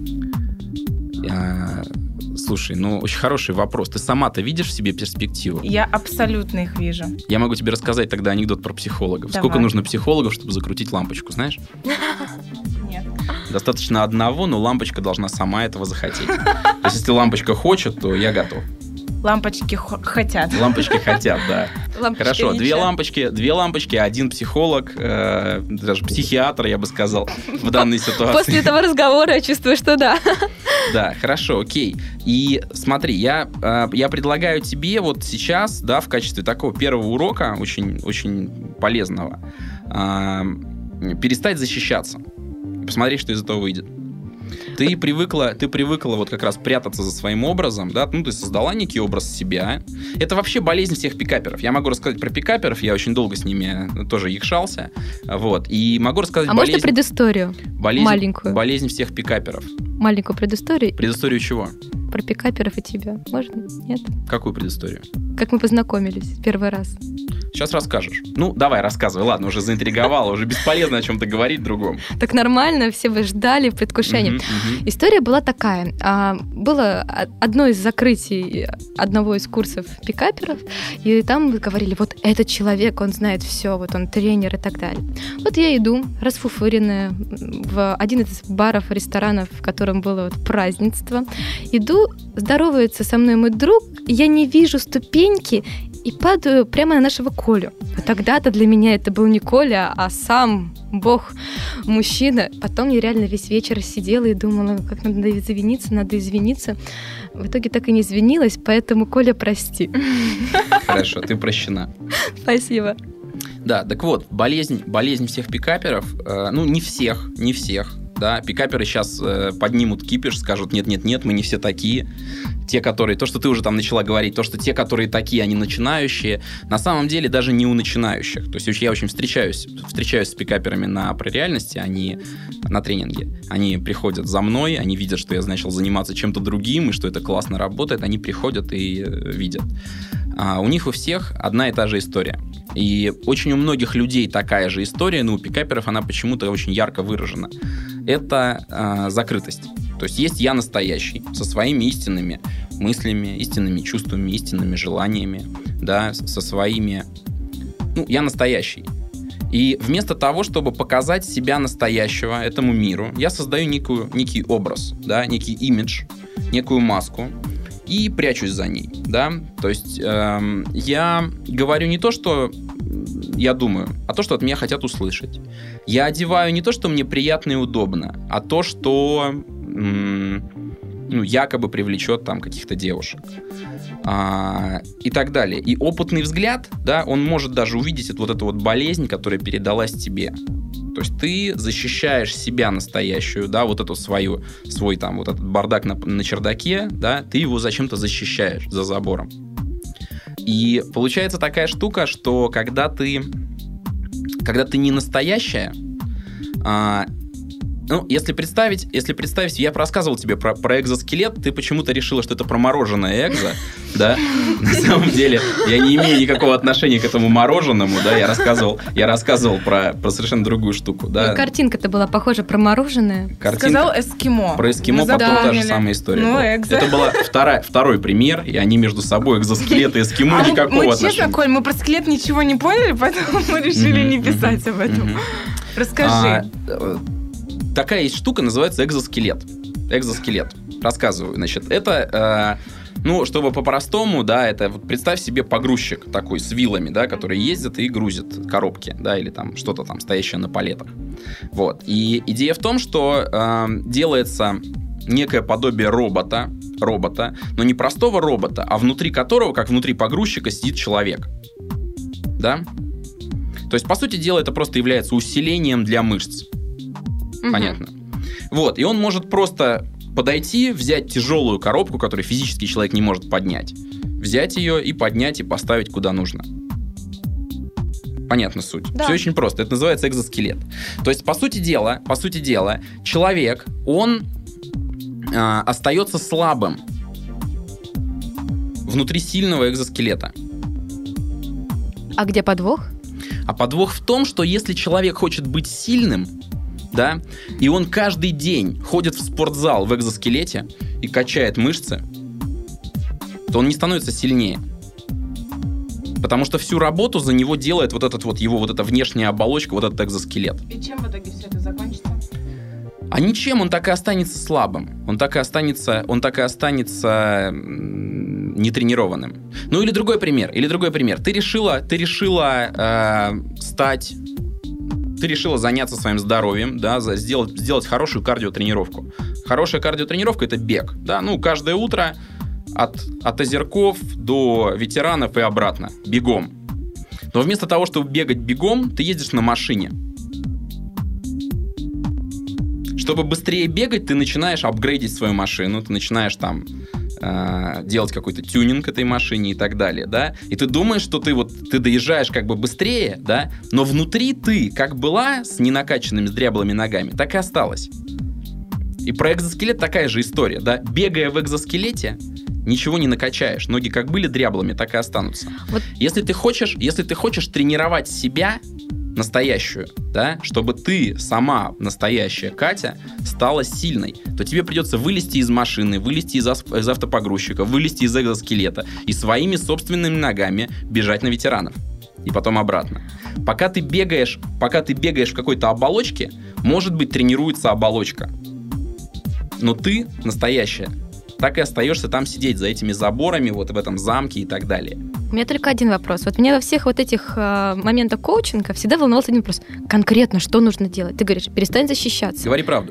S3: Слушай, очень хороший вопрос. Ты сама-то видишь в себе перспективу?
S5: Я абсолютно их вижу.
S3: Я могу тебе рассказать тогда анекдот про психологов.
S5: Давай.
S3: Сколько нужно психологов, чтобы закрутить лампочку, знаешь?
S5: Нет.
S3: Достаточно одного, но лампочка должна сама этого захотеть. То есть, если лампочка хочет, то я готов.
S5: Лампочки хотят.
S3: Лампочки хотят, да.
S4: Лампочки
S3: Хорошо,
S4: лечат.
S3: две лампочки, один психолог, даже психиатр, я бы сказал, в данной ситуации.
S4: После этого разговора я чувствую, что да.
S3: Да, хорошо, окей. И смотри, я предлагаю тебе вот сейчас, да, в качестве такого первого урока, очень, очень полезного, перестать защищаться. Посмотри, что из этого выйдет. Ты привыкла вот как раз прятаться за своим образом, да, ты создала некий образ себя. Это вообще болезнь всех пикаперов. Я могу рассказать про пикаперов, я очень долго с ними тоже якшался, вот, и могу рассказать
S4: можно предысторию? Маленькую.
S3: Болезнь всех пикаперов.
S4: Маленькую предысторию?
S3: Предысторию чего?
S4: Про пикаперов и тебя. Можно? Нет?
S3: Какую предысторию?
S4: Как мы познакомились первый раз.
S3: Сейчас расскажешь. Давай, рассказывай. Ладно, уже заинтриговала, уже бесполезно о чем-то говорить другом.
S4: Так нормально, все вы ждали в предвкушении. История была такая. Было одно из закрытий одного из курсов пикаперов, и там говорили, вот этот человек, он знает все, вот он тренер и так далее. Вот я иду, расфуфыренная, в один из баров, ресторанов, в котором было вот празднество. Иду, здоровается со мной мой друг, я не вижу ступеньки, и падаю прямо на нашего Колю. А тогда-то для меня это был не Коля, а сам Бог, мужчина. Потом я реально весь вечер сидела и думала, как надо извиниться. В итоге так и не извинилась, поэтому, Коля, прости.
S3: Хорошо, ты прощена.
S4: Спасибо.
S3: Да, так вот, болезнь всех пикаперов, не всех, да, пикаперы сейчас поднимут кипиш, скажут, нет, мы не все такие. Те, которые, то, что ты уже там начала говорить, то, что те, которые такие, они начинающие, на самом деле даже не у начинающих. То есть я очень встречаюсь с пикаперами на прореальности, они на тренинге. Они приходят за мной, они видят, что я начал заниматься чем-то другим, и что это классно работает, они приходят и видят. А у них у всех одна и та же история. И очень у многих людей такая же история, но у пикаперов она почему-то очень ярко выражена. Это закрытость. То есть я настоящий, со своими истинными мыслями, истинными чувствами, истинными желаниями, да, со своими... я настоящий. И вместо того, чтобы показать себя настоящего этому миру, я создаю некий образ, да, некий имидж, некую маску. и прячусь за ней, да. То есть я говорю не то, что я думаю, а то, что от меня хотят услышать. Я одеваю не то, что мне приятно и удобно, а то, что якобы привлечет там каких-то девушек. И так далее. И опытный взгляд, да, он может даже увидеть вот эту вот болезнь, которая передалась тебе. То есть ты защищаешь себя настоящую, да, вот эту свой там вот этот бардак на чердаке, да, ты его зачем-то защищаешь за забором. И получается такая штука, что когда ты не настоящая, если представить, я рассказывал тебе про экзоскелет, ты почему-то решила, что это про мороженое экзо, да? На самом деле, я не имею никакого отношения к этому мороженому, да? Я рассказывал про совершенно другую штуку, да?
S4: Ну, картинка-то была похожа про мороженое.
S5: Сказал эскимо.
S3: Про эскимо потом та же самая история была.
S5: Экзо.
S3: Это был второй пример, и они между собой, экзоскелет и эскимо, никакого отношения.
S5: Честно, Коль, мы про скелет ничего не поняли, поэтому мы решили не писать об этом. Расскажи.
S3: Такая есть штука, называется экзоскелет. Рассказываю. Значит, это, чтобы по-простому, да, это вот представь себе погрузчик такой с вилами, да, который ездит и грузит коробки, да, или там что-то там стоящее на палетах. Вот. И идея в том, что делается некое подобие робота, но не простого робота, а внутри которого, как внутри погрузчика, сидит человек. Да? То есть, по сути дела, это просто является усилением для мышц. Понятно. Вот, и он может просто подойти, взять тяжелую коробку, которую физически человек не может поднять, взять ее и поднять, и поставить куда нужно. Понятна суть. Да. Все очень просто. Это называется экзоскелет. То есть, по сути дела, человек, он остается слабым внутри сильного экзоскелета.
S4: А где подвох?
S3: А подвох в том, что если человек хочет быть сильным, да, и он каждый день ходит в спортзал в экзоскелете и качает мышцы, то он не становится сильнее. Потому что всю работу за него делает вот эта внешняя оболочка, вот этот экзоскелет.
S5: И чем в итоге все это закончится?
S3: А ничем, он так и останется слабым. Он так и останется нетренированным. Ну или другой пример. Ты решила заняться своим здоровьем, да, сделать хорошую кардиотренировку. Хорошая кардиотренировка – это бег. Да? Каждое утро от озерков до ветеранов и обратно. Бегом. Но вместо того, чтобы бегать бегом, ты ездишь на машине. Чтобы быстрее бегать, ты начинаешь апгрейдить свою машину, ты начинаешь там делать какой-то тюнинг этой машине и так далее, да, и ты думаешь, что ты доезжаешь как бы быстрее, да, но внутри ты как была с ненакачанными, с дряблыми ногами, так и осталась. И про экзоскелет такая же история, да, бегая в экзоскелете, ничего не накачаешь, ноги как были дряблыми, так и останутся. Вот. Если ты хочешь тренировать себя, настоящую, да, чтобы ты сама, настоящая Катя, стала сильной, то тебе придется вылезти из машины, вылезти из автопогрузчика, вылезти из экзоскелета и своими собственными ногами бежать на ветеранов. И потом обратно. Пока ты бегаешь в какой-то оболочке, может быть, тренируется оболочка. Но ты настоящая. Так и остаешься там сидеть за этими заборами, вот в этом замке и так далее.
S4: У меня только один вопрос. Вот меня во всех вот этих моментах коучинга всегда волновался один вопрос. Конкретно, что нужно делать? Ты говоришь, перестань защищаться.
S3: Говори правду.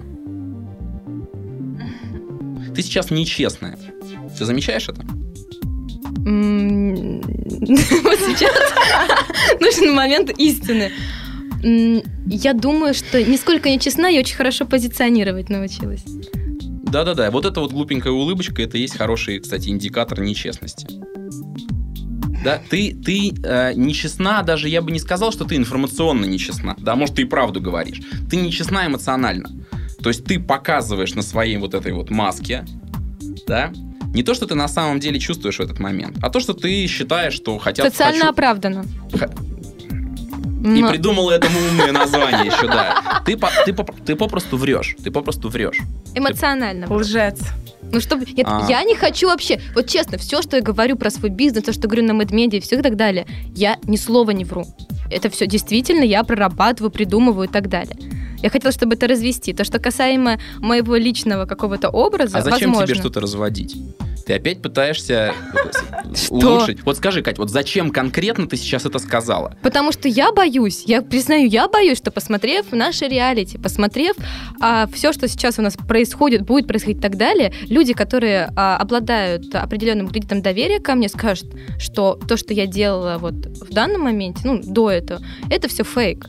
S3: Ты сейчас нечестная. Ты замечаешь это?
S4: Вот сейчас нужен момент истины. Я думаю, что нисколько не честна, я очень хорошо позиционировать научилась.
S3: Да-да-да, вот эта вот глупенькая улыбочка, это и есть хороший, кстати, индикатор нечестности. Да, ты нечестна, даже я бы не сказал, что ты информационно нечестна. Да, может, ты и правду говоришь. Ты нечестна эмоционально. То есть ты показываешь на своей вот этой вот маске, да, не то, что ты на самом деле чувствуешь в этот момент, а то, что ты считаешь, что хотят...
S4: Социально оправданно.
S3: И придумала этому умное название еще, да. Ты попросту врешь.
S4: Эмоционально.
S5: Лжец.
S4: Чтобы... Я не хочу вообще... Вот честно, все, что я говорю про свой бизнес, то, что говорю на MedMedia и все и так далее, я ни слова не вру. Это все действительно я прорабатываю, придумываю и так далее. Я хотела, чтобы это развести. То, что касаемо моего личного какого-то образа,
S3: А зачем
S4: возможно.
S3: тебе что-то разводить? Ты опять пытаешься улучшить. Вот скажи, Кать, вот зачем конкретно ты сейчас это сказала?
S4: Потому что я боюсь, я признаю, я боюсь, что посмотрев наши реалити, посмотрев все, что сейчас у нас происходит, будет происходить и так далее, люди, которые обладают определенным кредитом доверия ко мне, скажут, что то, что я делала вот в данном моменте, ну, до этого, это все фейк.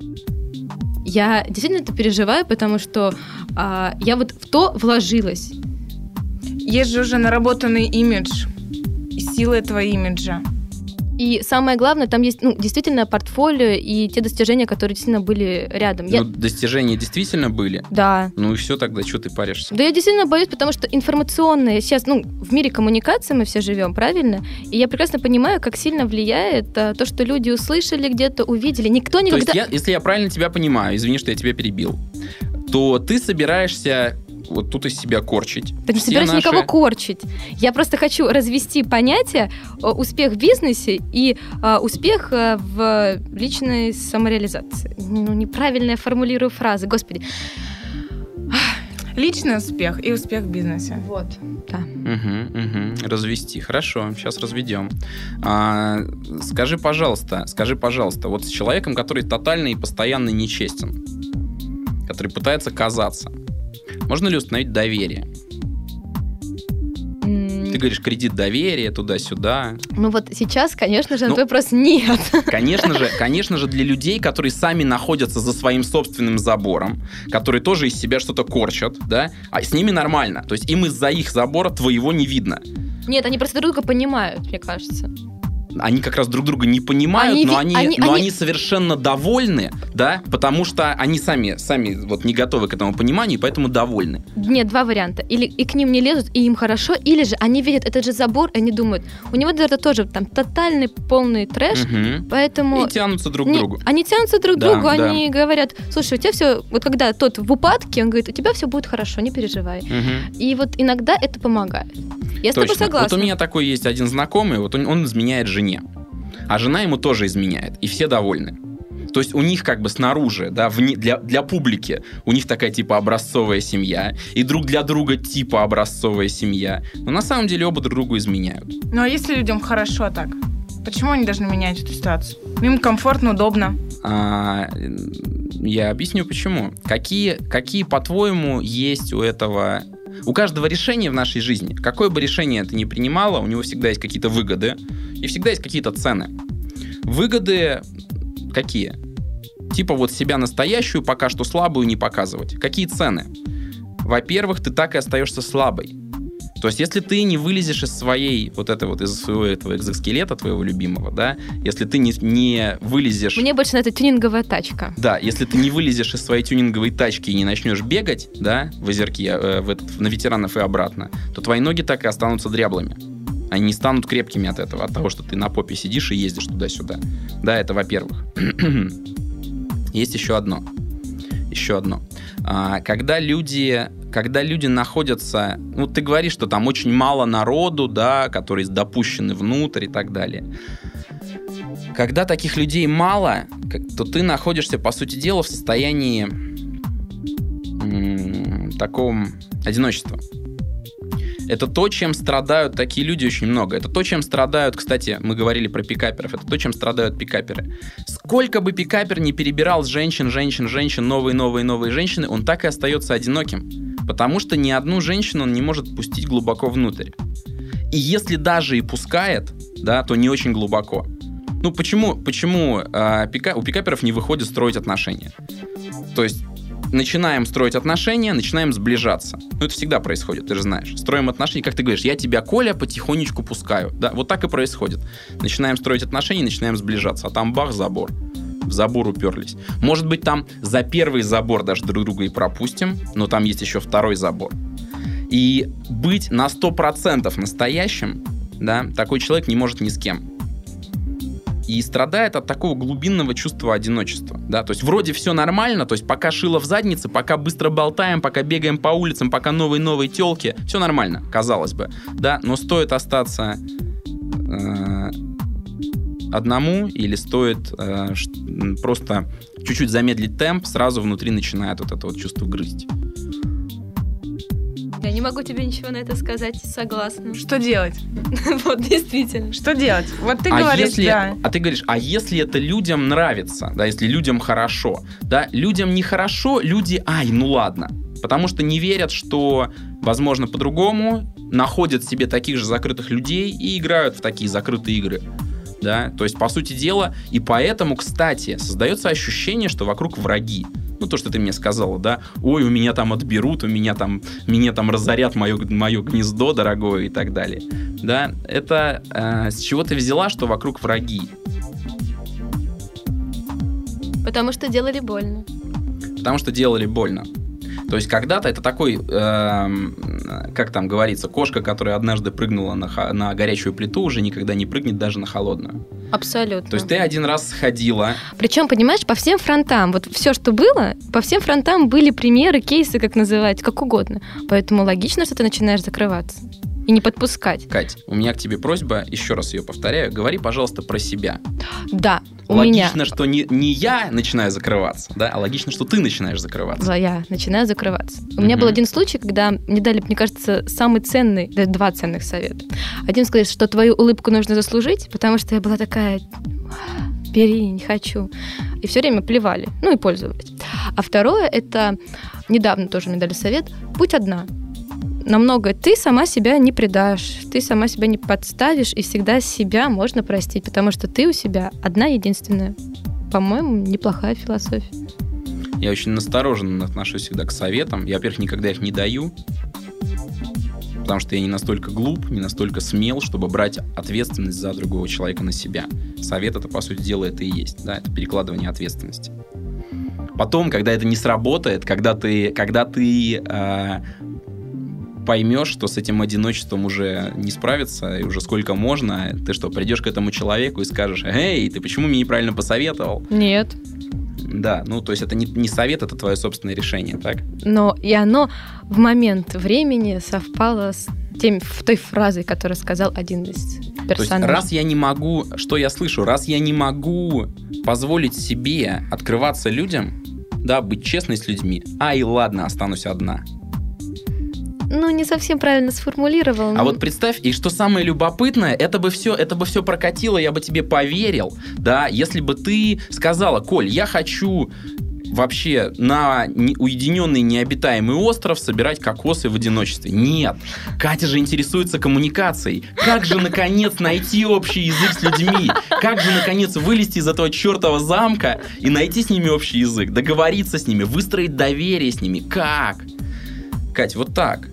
S4: Я действительно это переживаю, потому что я вот в то вложилась.
S5: Есть же уже наработанный имидж и сила этого имиджа.
S4: И самое главное, там есть действительно портфолио и те достижения, которые действительно были рядом.
S3: Достижения действительно были?
S4: Да.
S3: Ну и все тогда, что ты паришься?
S4: Да я действительно боюсь, потому что информационные... Сейчас, в мире коммуникации мы все живем, правильно? И я прекрасно понимаю, как сильно влияет то, что люди услышали где-то, увидели. Никто никогда...
S3: То есть, если я правильно тебя понимаю, извини, что я тебя перебил, то ты собираешься вот тут из себя корчить.
S4: Да не собираюсь никого корчить. Я просто хочу развести понятие успех в бизнесе и успех в личной самореализации. Неправильно я формулирую фразы, господи.
S5: Личный успех и успех в бизнесе.
S4: Вот, да.
S3: Развести. Хорошо, сейчас разведем. Скажи, пожалуйста, вот с человеком, который тотально и постоянно нечестен, который пытается казаться, можно ли установить доверие? Ты говоришь, кредит доверия, туда-сюда.
S4: Ну вот сейчас, конечно же, на твой вопрос нет.
S3: Конечно же, для людей, которые сами находятся за своим собственным забором, которые тоже из себя что-то корчат, да, а с ними нормально. То есть им из-за их забора твоего не видно.
S4: Нет, они просто друг друга понимают, мне кажется.
S3: Они как раз друг друга не понимают, но они совершенно довольны, да, потому что они сами вот не готовы к этому пониманию, и поэтому довольны.
S4: Нет, два варианта. Или и к ним не лезут, и им хорошо, или же они видят этот же забор, и они думают, у него, наверное, тоже там тотальный полный трэш, поэтому...
S3: И тянутся друг к другу.
S4: Они тянутся друг к другу, они говорят, слушай, у тебя все... Вот когда тот в упадке, он говорит, у тебя все будет хорошо, не переживай. И вот иногда это помогает. Я с тобой согласна.
S3: Вот у меня такой есть один знакомый, вот он изменяет жене, а жена ему тоже изменяет, и все довольны. То есть у них как бы снаружи, да, для публики, у них такая типа образцовая семья, и друг для друга типа образцовая семья, но на самом деле оба друг другу изменяют. Ну
S5: а если людям хорошо так, почему они должны менять эту ситуацию? Им комфортно, удобно.
S3: Я объясню почему. Какие, по-твоему, есть у этого... У каждого решения в нашей жизни, какое бы решение ты ни принимала, у него всегда есть какие-то выгоды и всегда есть какие-то цены. Выгоды какие? Типа вот себя настоящую, пока что слабую не показывать. Какие цены? Во-первых, ты так и остаешься слабой. То есть, если ты не вылезешь из своей, из своего этого экзоскелета твоего любимого, да, если ты не вылезешь...
S4: Мне больше на это тюнинговая тачка.
S3: Да, если ты не вылезешь из своей тюнинговой тачки и не начнешь бегать, да, в озерки, на ветеранов и обратно, то твои ноги так и останутся дряблыми. Они не станут крепкими от этого, от того, что ты на попе сидишь и ездишь туда-сюда. Да, это во-первых. Есть еще одно. Когда люди находятся... Ну, ты говоришь, что там очень мало народу, да, которые допущены внутрь и так далее. Когда таких людей мало, то ты находишься, по сути дела, в состоянии такого одиночества. Это то, чем страдают такие люди очень много. Это то, чем страдают, кстати, мы говорили про пикаперов, это то, чем страдают пикаперы. Сколько бы пикапер не перебирал женщин, новые женщины, он так и остается одиноким. Потому что ни одну женщину он не может пустить глубоко внутрь. И если даже и пускает, да, то не очень глубоко. Ну, почему у пикаперов не выходит строить отношения? То есть начинаем строить отношения, начинаем сближаться. Ну, это всегда происходит, ты же знаешь. Строим отношения, как ты говоришь, я тебя, Коля, потихонечку пускаю. Да, вот так и происходит. Начинаем строить отношения, начинаем сближаться. А там бах, забор. В забор уперлись. Может быть, там за первый забор даже друг друга и пропустим, но там есть еще второй забор. И быть на 100% настоящим, да, такой человек не может ни с кем. И страдает от такого глубинного чувства одиночества. Да? То есть вроде все нормально, то есть пока шило в заднице, пока быстро болтаем, пока бегаем по улицам, пока новые тёлки, все нормально, казалось бы. Да? Но стоит остаться одному или стоит просто чуть-чуть замедлить темп, сразу внутри начинает вот это вот чувство грызть.
S4: Я не могу тебе ничего на это сказать, согласна.
S5: Что делать?
S4: Вот, действительно.
S5: Что делать? Вот ты говоришь, да.
S3: А ты говоришь, а если это людям нравится, да, если людям хорошо, да, людям нехорошо, люди, ну ладно, потому что не верят, что возможно по-другому, находят себе таких же закрытых людей и играют в такие закрытые игры. Да? То есть, по сути дела, и поэтому, кстати, создается ощущение, что вокруг враги. Ну, то, что ты мне сказала, да, ой, у меня там отберут, меня там разорят мое гнездо дорогое и так далее. Да, это с чего ты взяла, что вокруг враги?
S4: Потому что делали больно.
S3: Потому что делали больно. То есть когда-то это такой, как там говорится, кошка, которая однажды прыгнула на горячую плиту, уже никогда не прыгнет даже на холодную.
S4: Абсолютно.
S3: То есть ты один раз сходила.
S4: Причем, понимаешь, по всем фронтам, вот все, что было, по всем фронтам были примеры, кейсы, как называть, как угодно. Поэтому логично, что ты начинаешь закрываться и не подпускать.
S3: Кать, у меня к тебе просьба, еще раз ее повторяю, говори, пожалуйста, про себя.
S4: Да,
S3: логично, что не я начинаю закрываться, да, а логично, что ты начинаешь закрываться.
S4: Да, я начинаю закрываться. У меня был один случай, когда мне дали, мне кажется, самый ценный, два ценных совета. Один сказал, что твою улыбку нужно заслужить, потому что я была такая, бери, не хочу. И все время плевали, и пользовались. А второе, это недавно тоже мне дали совет, будь одна. Намного ты сама себя не предашь, ты сама себя не подставишь, и всегда себя можно простить, потому что ты у себя одна единственная. По-моему, неплохая философия.
S3: Я очень настороженно отношусь всегда к советам. Я, во-первых, никогда их не даю, потому что я не настолько глуп, не настолько смел, чтобы брать ответственность за другого человека на себя. Совет это, по сути дела, это и есть, да, это перекладывание ответственности. Потом, когда это не сработает, когда ты поймешь, что с этим одиночеством уже не справиться, и уже сколько можно, ты что, придешь к этому человеку и скажешь, эй, ты почему мне неправильно посоветовал?
S4: Нет.
S3: Да, то есть это не совет, это твое собственное решение, так?
S4: Но и оно в момент времени совпало с той фразой, которую сказал один из персонажей.
S3: То есть раз я не могу, что я слышу, раз я не могу позволить себе открываться людям, да, быть честной с людьми, и ладно, останусь одна.
S4: Не совсем правильно сформулировал.
S3: А вот представь, и что самое любопытное, это бы все прокатило, я бы тебе поверил, да, если бы ты сказала, Коль, я хочу вообще на уединенный необитаемый остров собирать кокосы в одиночестве. Нет, Катя же интересуется коммуникацией. Как же, наконец, найти общий язык с людьми? Как же, наконец, вылезти из этого чертова замка и найти с ними общий язык, договориться с ними, выстроить доверие с ними? Как? Кать, вот так.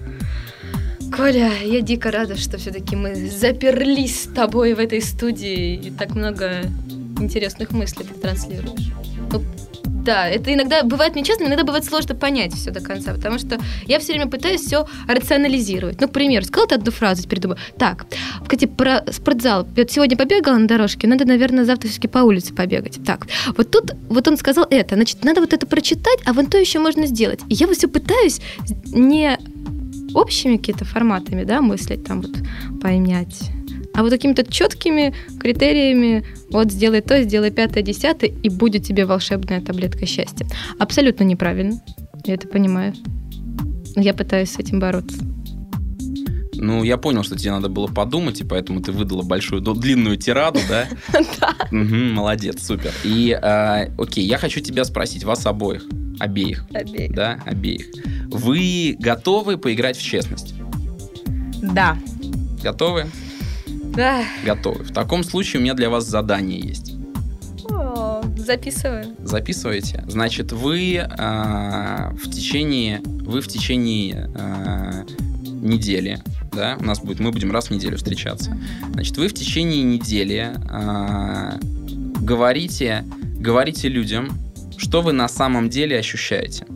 S4: Коля, я дико рада, что все-таки мы заперлись с тобой в этой студии и так много интересных мыслей ты транслируешь. Да, это иногда бывает нечестно, иногда бывает сложно понять все до конца, потому что я все время пытаюсь все рационализировать. К примеру, сказала ты одну фразу, теперь думаю, так, кстати, про спортзал. Я сегодня побегала на дорожке, надо, наверное, завтра все-таки по улице побегать. Так, вот тут вот он сказал это, значит, надо вот это прочитать, а вон то еще можно сделать. И я вот все пытаюсь не общими какими-то форматами, да, мыслить, там вот понять, а вот какими-то четкими критериями, вот сделай то, сделай 5, 10, и будет тебе волшебная таблетка счастья. Абсолютно неправильно, я это понимаю. Но я пытаюсь с этим бороться.
S3: Я понял, что тебе надо было подумать, и поэтому ты выдала большую, длинную тираду, да?
S4: Да.
S3: Молодец, супер. И, окей, я хочу тебя спросить, вас обеих. Да, обеих. Вы готовы поиграть в честность?
S5: Да.
S3: Готовы?
S4: Да.
S3: Готовы. В таком случае у меня для вас задание есть.
S4: Записываю.
S3: Записываете? Значит, вы в течение недели, да, мы будем раз в неделю встречаться. Значит, вы в течение недели говорите людям, что вы на самом деле ощущаете.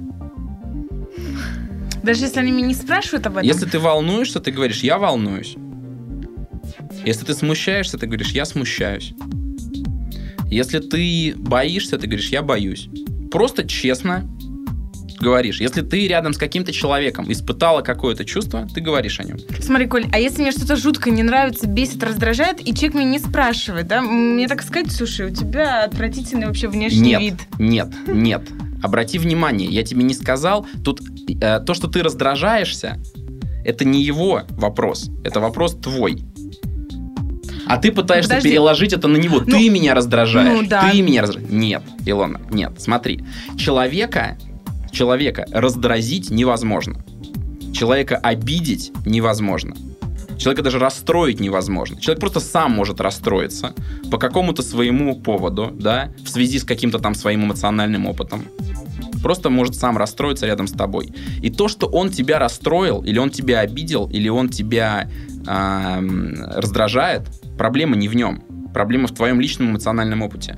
S5: Даже если они меня не спрашивают об этом?
S3: Если ты волнуешься, ты говоришь, я волнуюсь. Если ты смущаешься, ты говоришь, я смущаюсь. Если ты боишься, ты говоришь, я боюсь. Просто честно говоришь. Если ты рядом с каким-то человеком испытала какое-то чувство, ты говоришь о нем.
S5: Смотри, Коль, а если мне что-то жутко не нравится, бесит, раздражает, и человек меня не спрашивает, да? Мне так сказать, слушай, у тебя отвратительный вообще внешний вид.
S3: Нет. Обрати внимание, я тебе не сказал, тут то, что ты раздражаешься, это не его вопрос, это вопрос твой. А ты пытаешься переложить это на него. Ты меня раздражаешь. Ты меня раздражаешь. Нет, Илона, нет. Смотри. Человека раздразить невозможно. Человека обидеть невозможно. Человека даже расстроить невозможно. Человек просто сам может расстроиться по какому-то своему поводу, да, в связи с каким-то там своим эмоциональным опытом. Просто может сам расстроиться рядом с тобой. И то, что он тебя расстроил, или он тебя обидел, или он тебя раздражает, проблема не в нем. Проблема в твоем личном эмоциональном опыте.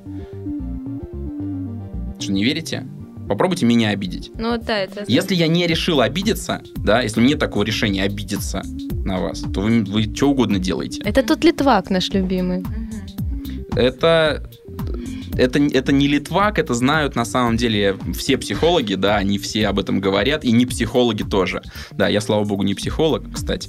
S3: Что, не верите? Попробуйте меня обидеть.
S4: Ну да, это...
S3: Если я не решил обидеться, да, если нет такого решения обидеться на вас, то вы что угодно делаете.
S4: Это тот Литвак наш любимый.
S3: Это не Литвак, это знают на самом деле все психологи, да, они все об этом говорят, и не психологи тоже. Да, я, слава богу, не психолог, кстати.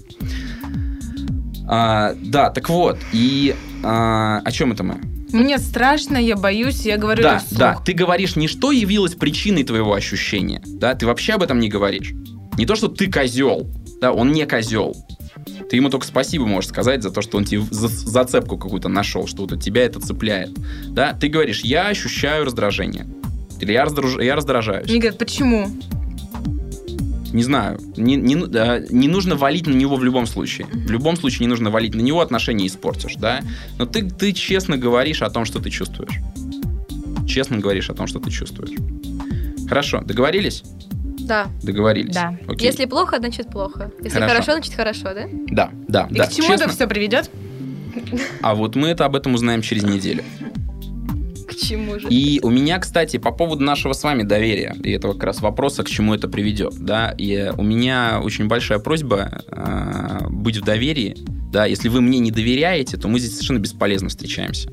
S3: Да, так вот, и о чем это мы?
S5: Мне страшно, я боюсь, я говорю это вслух.
S3: Да, ты говоришь не что явилось причиной твоего ощущения, да, ты вообще об этом не говоришь. Не то, что ты козел, да, он не козел. Ты ему только спасибо можешь сказать за то, что он тебе зацепку какую-то нашел, что вот тебя это цепляет. Да, ты говоришь, я ощущаю раздражение. Или я раздражаюсь.
S5: Мне говорят, почему?
S3: Не знаю. Не нужно валить на него в любом случае. В любом случае не нужно валить на него, отношения испортишь, да? Но ты честно говоришь о том, что ты чувствуешь. Честно говоришь о том, что ты чувствуешь. Хорошо, договорились?
S4: Да.
S3: Договорились.
S5: Да.
S3: Окей.
S4: Если плохо, значит плохо. Если хорошо, значит хорошо, да?
S3: Да.
S5: И к чему это все приведет?
S3: А вот мы об этом узнаем через неделю.
S4: К чему же?
S3: И у меня, кстати, по поводу нашего с вами доверия, и этого как раз вопроса, к чему это приведет, да, и у меня очень большая просьба быть в доверии, да, если вы мне не доверяете, то мы здесь совершенно бесполезно встречаемся.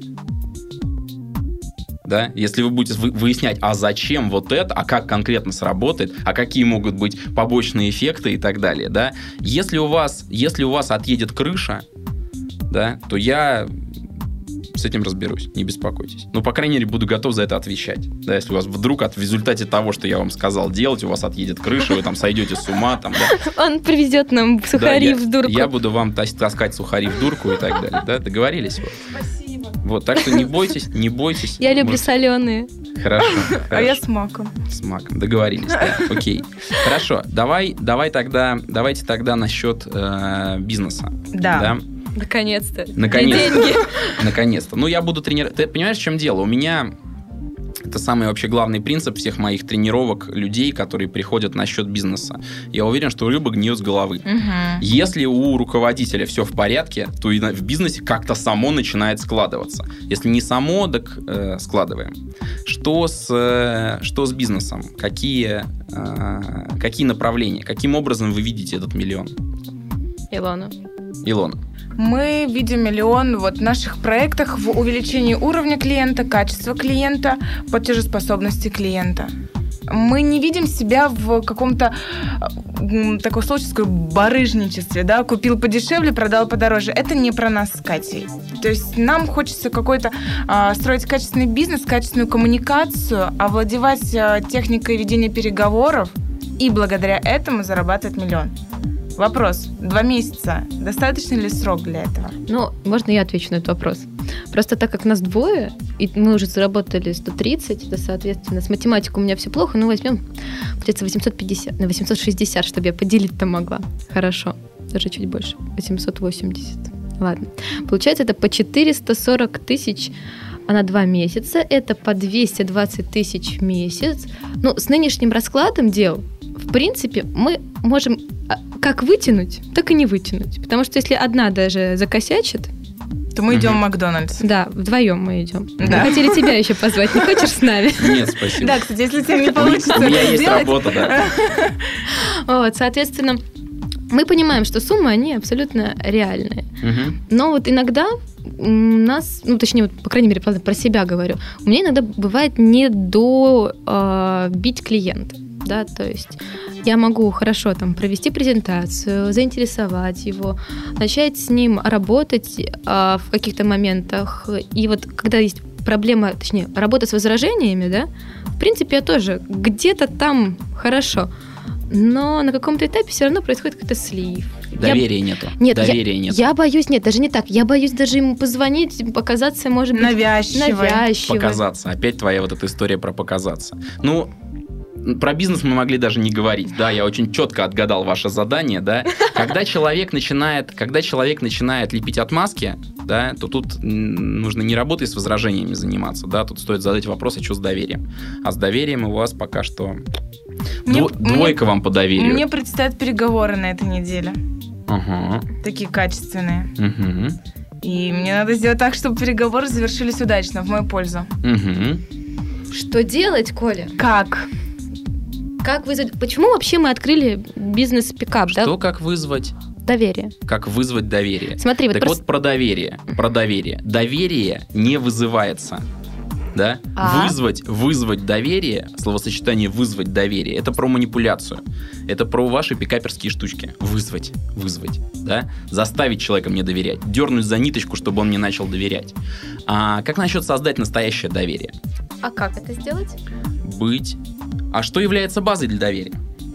S3: Да? Если вы будете выяснять, а зачем вот это, а как конкретно сработает, а какие могут быть побочные эффекты и так далее, да, если у вас отъедет крыша, да, то я с этим разберусь, не беспокойтесь. Ну, по крайней мере, буду готов за это отвечать. Да, если у вас вдруг в результате того, что я вам сказал делать, у вас отъедет крыша, вы там сойдете с ума. Там, да.
S4: Он привезет нам сухари в дурку.
S3: Я буду вам таскать сухари в дурку и так далее. Да? Договорились? Вот.
S5: Спасибо.
S3: Вот, так что не бойтесь.
S4: Я люблю соленые.
S3: Хорошо.
S5: А я с маком.
S3: С маком. Договорились, да. Окей. Хорошо. Давайте тогда насчет бизнеса.
S5: Да.
S4: Наконец-то.
S3: Деньги. Наконец-то. Ну, я буду тренировать. Ты понимаешь, в чем дело? У меня это самый вообще главный принцип всех моих тренировок людей, которые приходят на счет бизнеса. Я уверен, что рыба гниет с головы.
S5: Угу.
S3: Если у руководителя все в порядке, то и в бизнесе как-то само начинает складываться. Если не само, так складываем. Что с бизнесом? Какие направления? Каким образом вы видите этот миллион?
S4: Илона.
S5: Мы видим миллион в наших проектах в увеличении уровня клиента, качества клиента, платежеспособности клиента. Мы не видим себя в каком-то, такой слово сейчас скажу, барыжничестве, да, купил подешевле, продал подороже. Это не про нас с Катей. То есть нам хочется строить качественный бизнес, качественную коммуникацию, овладевать техникой ведения переговоров и благодаря этому зарабатывать миллион. Вопрос. 2 месяца. Достаточно ли срок для этого?
S4: Ну, можно я отвечу на этот вопрос? Просто так как нас двое, и мы уже заработали 130, это, соответственно, с математикой у меня все плохо, возьмем, получается, 860, чтобы я поделить-то могла. Хорошо. Даже чуть больше. 880. Ладно. Получается, это по 440 тысяч, а на 2 месяца это по 220 тысяч в месяц. Ну, с нынешним раскладом дел, в принципе, мы можем как вытянуть, так и не вытянуть. Потому что если одна даже закосячит,
S5: то мы идем в Макдональдс.
S4: Да, вдвоем мы идем.
S5: Да.
S4: Мы хотели тебя еще позвать, не хочешь с нами?
S3: Нет, спасибо.
S5: Да, кстати, если тебе не получится
S3: у меня
S5: это
S3: есть
S5: сделать...
S3: работа, да.
S4: Вот, соответственно, мы понимаем, что суммы, они абсолютно реальные. Но вот иногда у нас, точнее, по крайней мере, про себя говорю, у меня иногда бывает не до бить клиента. да, то есть я могу хорошо там провести презентацию, заинтересовать его, начать с ним работать в каких-то моментах. И вот когда есть проблема, точнее, работа с возражениями, да, в принципе, я тоже где-то там хорошо, но на каком-то этапе все равно происходит какой-то слив.
S3: Доверия нету.
S4: Нет,
S3: доверия нет.
S4: Я боюсь, нет, даже не так. Я боюсь даже ему позвонить, показаться, может быть, навязчивой.
S3: Показаться. Опять твоя вот эта история про показаться. Ну, про бизнес мы могли даже не говорить. Да, я очень четко отгадал ваше задание, да. Когда человек начинает лепить отмазки, да, то тут нужно не работой с возражениями заниматься, да, тут стоит задать вопрос, а что с доверием. А с доверием у вас пока что двойка вам по доверию.
S5: Мне предстоят переговоры на этой неделе.
S3: Ага.
S5: Такие качественные.
S3: Угу.
S5: И мне надо сделать так, чтобы переговоры завершились удачно, в мою пользу.
S3: Угу.
S4: Что делать, Коля?
S5: Как
S4: вызвать? Почему вообще мы открыли бизнес-пикап?
S3: Что, как вызвать?
S4: Доверие.
S3: Как вызвать доверие.
S4: Смотри,
S3: так вот про доверие. Доверие не вызывается. Да? Вызвать доверие, словосочетание «вызвать доверие», это про манипуляцию. Это про ваши пикаперские штучки. Вызвать, да? Заставить человека мне доверять. Дернуть за ниточку, чтобы он мне начал доверять. А как насчет создать настоящее доверие?
S4: А как это сделать?
S3: А что является базой для доверия?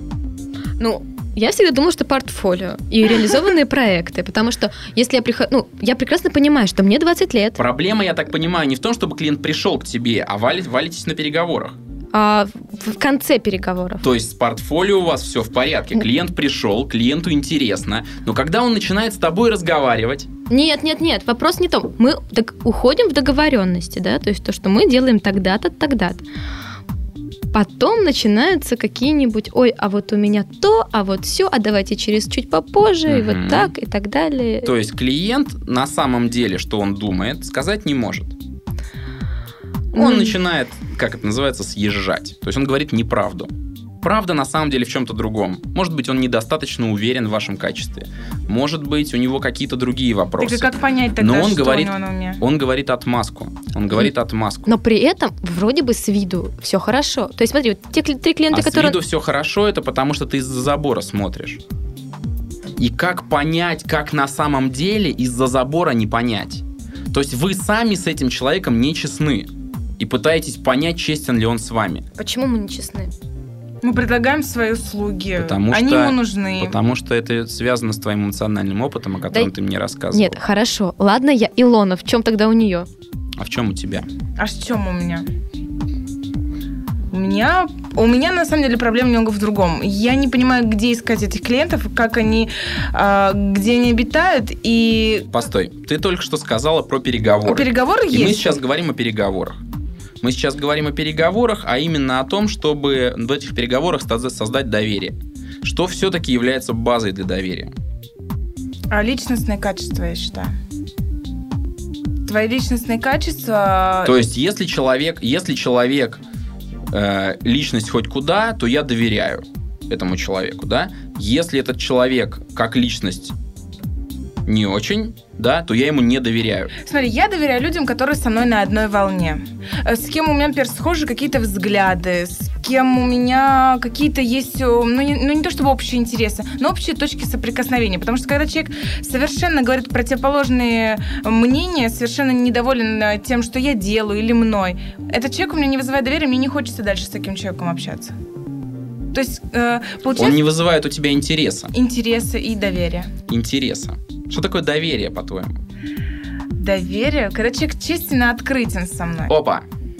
S4: Я всегда думала, что портфолио и реализованные проекты, потому что если я прекрасно понимаю, что мне 20 лет.
S3: Проблема, я так понимаю, не в том, чтобы клиент пришел к тебе, а валитесь на переговорах.
S4: В конце переговоров.
S3: То есть с портфолио у вас все в порядке. Клиент пришел, клиенту интересно, но когда он начинает с тобой разговаривать...
S4: Нет, вопрос не в том. Мы уходим в договоренности, да, то есть то, что мы делаем тогда-то, тогда-то. Потом начинаются какие-нибудь, а вот у меня то, а вот все, а давайте через чуть попозже, и вот так, и так далее.
S3: То есть клиент на самом деле, что он думает, сказать не может. Он начинает, как это называется, съезжать. То есть он говорит неправду. Правда на самом деле в чем-то другом. Может быть, он недостаточно уверен в вашем качестве. Может быть, у него какие-то другие вопросы.
S5: Так и как понять тогда,
S3: что
S5: у него на уме?
S3: Он говорит отмазку.
S4: Но при этом вроде бы с виду все хорошо. То есть смотри, вот те 3 клиента, которые...
S3: с виду все хорошо, это потому что ты из-за забора смотришь. И как понять, как на самом деле из-за забора не понять? То есть вы сами с этим человеком не честны. И пытаетесь понять, честен ли он с вами.
S4: Почему мы не честны?
S5: Мы предлагаем свои услуги, они ему нужны.
S3: Потому что это связано с твоим эмоциональным опытом, о котором ты мне рассказывал.
S4: Нет, хорошо. Ладно, я Илона. В чем тогда у нее?
S3: А в чем у тебя?
S5: А в чем у меня? У меня на самом деле проблема немного в другом. Я не понимаю, где искать этих клиентов, как они, где они обитают и...
S3: Постой, ты только что сказала про переговоры.
S5: Переговоры есть.
S3: И мы сейчас говорим о переговорах. А именно о том, чтобы в этих переговорах создать доверие. Что все-таки является базой для доверия?
S5: Личностные качества, я считаю. Твои личностные качества...
S3: То есть, если человек личность хоть куда, то я доверяю этому человеку, да? Если этот человек как личность не очень, да, то я ему не доверяю.
S5: Смотри, я доверяю людям, которые со мной на одной волне. С кем у меня, например, схожи какие-то взгляды, с кем у меня какие-то есть, не то чтобы общие интересы, но общие точки соприкосновения. Потому что когда человек совершенно говорит противоположные мнения, совершенно недоволен тем, что я делаю или мной, этот человек у меня не вызывает доверия, мне не хочется дальше с таким человеком общаться. То есть, получается...
S3: Он не вызывает у тебя интереса.
S5: Интереса и доверия.
S3: Интереса. Что такое доверие, по-твоему?
S5: Доверие? Когда человек честен и открытен со мной.
S3: Опа!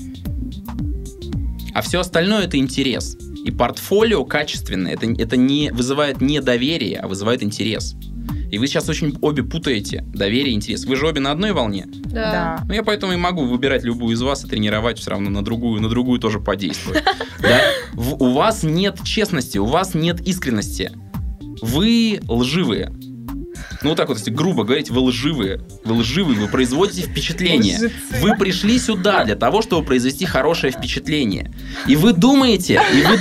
S3: А все остальное — это интерес. И портфолио качественное. Это не вызывает не доверие, а вызывает интерес. И вы сейчас очень обе путаете доверие и интерес. Вы же обе на одной волне?
S5: Да.
S3: Ну, я поэтому и могу выбирать любую из вас и тренировать все равно на другую тоже подействовать. У вас нет честности, у вас нет искренности. Вы лживые. Ну, вот так вот, если грубо говорить, вы лживые, вы производите впечатление. Вы пришли сюда для того, чтобы произвести хорошее впечатление. И вы думаете,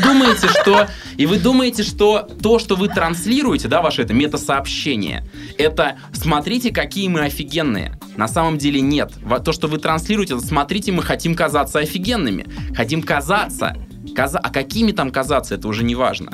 S3: что то, что вы транслируете, да, ваше это метасообщение, это смотрите, какие мы офигенные. На самом деле нет. То, что вы транслируете, это смотрите, мы хотим казаться офигенными. Хотим казаться. А какими там казаться, это уже не важно.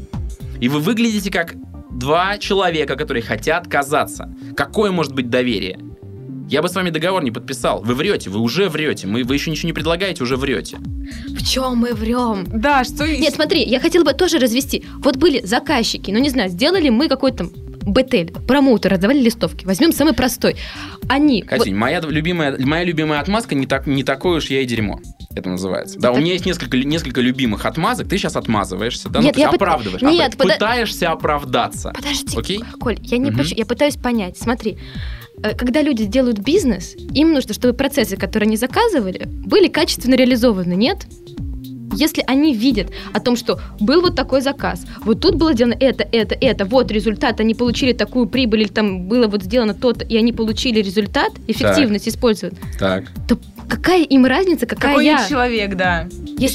S3: И вы выглядите как два человека, которые хотят казаться. Какое может быть доверие? Я бы с вами договор не подписал. Вы врете, вы уже врете. Вы еще ничего не предлагаете, уже врете.
S4: В чем мы врем?
S5: Да, что есть?
S4: Нет, смотри, я хотела бы тоже развести. Вот были заказчики, ну не знаю, сделали мы какой-то БТЛ, промоутер, раздавали листовки. Возьмем самый простой. Они...
S3: Катюнь, моя любимая отмазка не такое уж я и дерьмо. Это называется. Да, у меня есть несколько любимых отмазок. Ты сейчас отмазываешься, да?
S4: Нет,
S3: ты оправдываешь.
S4: Нет,
S3: пытаешься оправдаться.
S4: Подожди,
S3: окей?
S4: Коль, я пытаюсь понять. Смотри, когда люди делают бизнес, им нужно, чтобы процессы, которые они заказывали, были качественно реализованы, нет? Если они видят о том, что был вот такой заказ, вот тут было сделано это, вот результат, они получили такую прибыль, или там было вот сделано то-то, и они получили результат, эффективность используют, то какая им разница, какой я
S5: человек, да.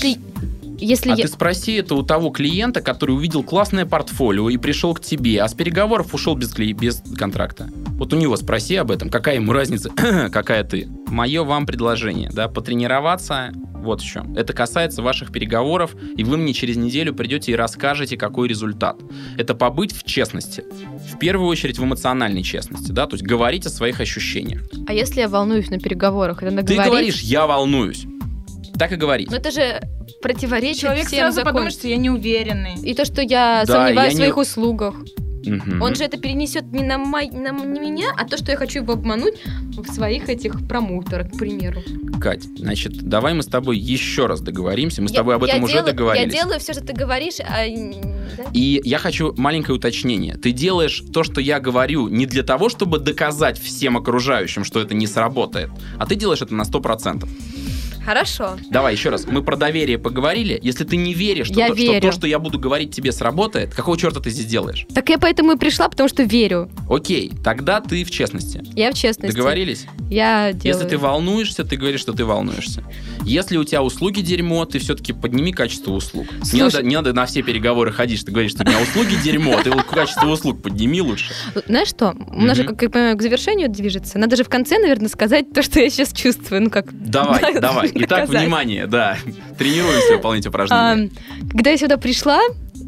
S4: Если
S3: ты спроси это у того клиента, который увидел классное портфолио и пришел к тебе, а с переговоров ушел без контракта. Вот у него спроси об этом, какая ему разница, какая ты. Мое вам предложение, да, потренироваться, вот в чем. Это касается ваших переговоров, и вы мне через неделю придете и расскажете, какой результат. Это побыть в честности. В первую очередь в эмоциональной честности, да, то есть говорить о своих ощущениях.
S4: А если я волнуюсь на переговорах, это наговорить?
S3: Ты говоришь, я волнуюсь. Так и говорить.
S4: Но это же противоречит
S5: человек
S4: всем
S5: сразу
S4: законам.
S5: подумает, что я неуверенный.
S4: И то, что я сомневаюсь в своих услугах.
S3: Угу.
S4: Он же это перенесет не на меня, а то, что я хочу его обмануть в своих этих промоутерах, к примеру.
S3: Кать, значит, давай мы с тобой еще раз договоримся. Мы с тобой об этом уже договорились.
S4: Я делаю все, что ты говоришь. Да?
S3: И я хочу маленькое уточнение. Ты делаешь то, что я говорю, не для того, чтобы доказать всем окружающим, что это не сработает, а ты делаешь это на 100%.
S4: Хорошо.
S3: Давай еще раз. Мы про доверие поговорили. Если ты не веришь, что то, что я буду говорить тебе, сработает, какого черта ты здесь делаешь?
S4: Так я поэтому и пришла, потому что верю.
S3: Окей, тогда ты в честности.
S4: Я в честности.
S3: Договорились?
S4: Я делаю.
S3: Если ты волнуешься, ты говоришь, что ты волнуешься. Если у тебя услуги дерьмо, ты все-таки подними качество услуг. Не надо на все переговоры ходить, что ты говоришь, что у меня услуги дерьмо, ты качество услуг подними лучше.
S4: Знаешь что? У нас же к завершению движется. Надо же в конце, наверное, сказать то, что я сейчас чувствую. Ну как?
S3: Давай. Итак, внимание, да. Тренируемся выполнять упражнения.
S4: Когда я сюда пришла,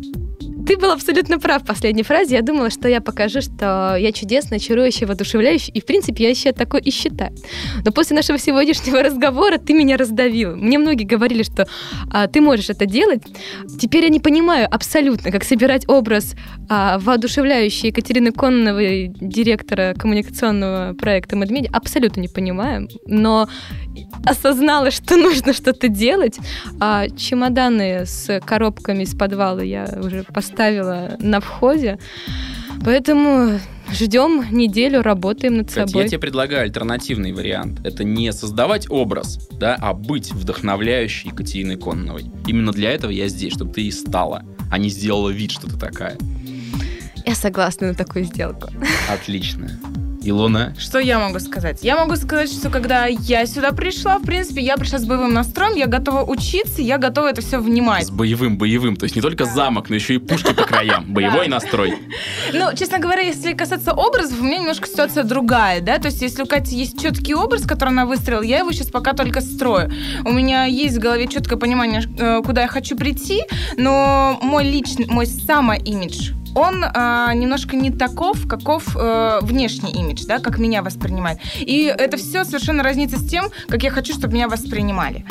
S4: ты был абсолютно прав в последней фразе. Я думала, что я покажу, что я чудесная, чарующая, воодушевляющая. И, в принципе, я еще такой и считаю. Но после нашего сегодняшнего разговора ты меня раздавил. Мне многие говорили, что ты можешь это делать. Теперь я не понимаю абсолютно, как собирать образ воодушевляющей Екатерины Конновой, директора коммуникационного проекта MedMedia. Абсолютно не понимаю. Но осознала, что нужно что-то делать. Чемоданы с коробками из подвала я уже поставила на входе. Поэтому ждем неделю, работаем над собой.
S3: Я тебе предлагаю альтернативный вариант. Это не создавать образ, да, а быть вдохновляющей Екатериной Конновой. Именно для этого я здесь, чтобы ты и стала, а не сделала вид, что ты такая.
S4: Я согласна на такую сделку.
S3: Отлично. Илона?
S5: Что я могу сказать? Я могу сказать, что когда я сюда пришла, в принципе, я пришла с боевым настроем, я готова учиться, я готова это все внимать.
S3: С боевым. То есть не только замок, но еще и пушки по краям. Боевой настрой.
S5: Ну, честно говоря, если касаться образов, у меня немножко ситуация другая, да, то есть если у Кати есть четкий образ, который она выстроила, я его сейчас пока только строю. У меня есть в голове четкое понимание, куда я хочу прийти, но мой самоимидж, он немножко не таков, каков внешний имидж, да, как меня воспринимают. И это все совершенно разнится с тем, как я хочу, чтобы меня воспринимали.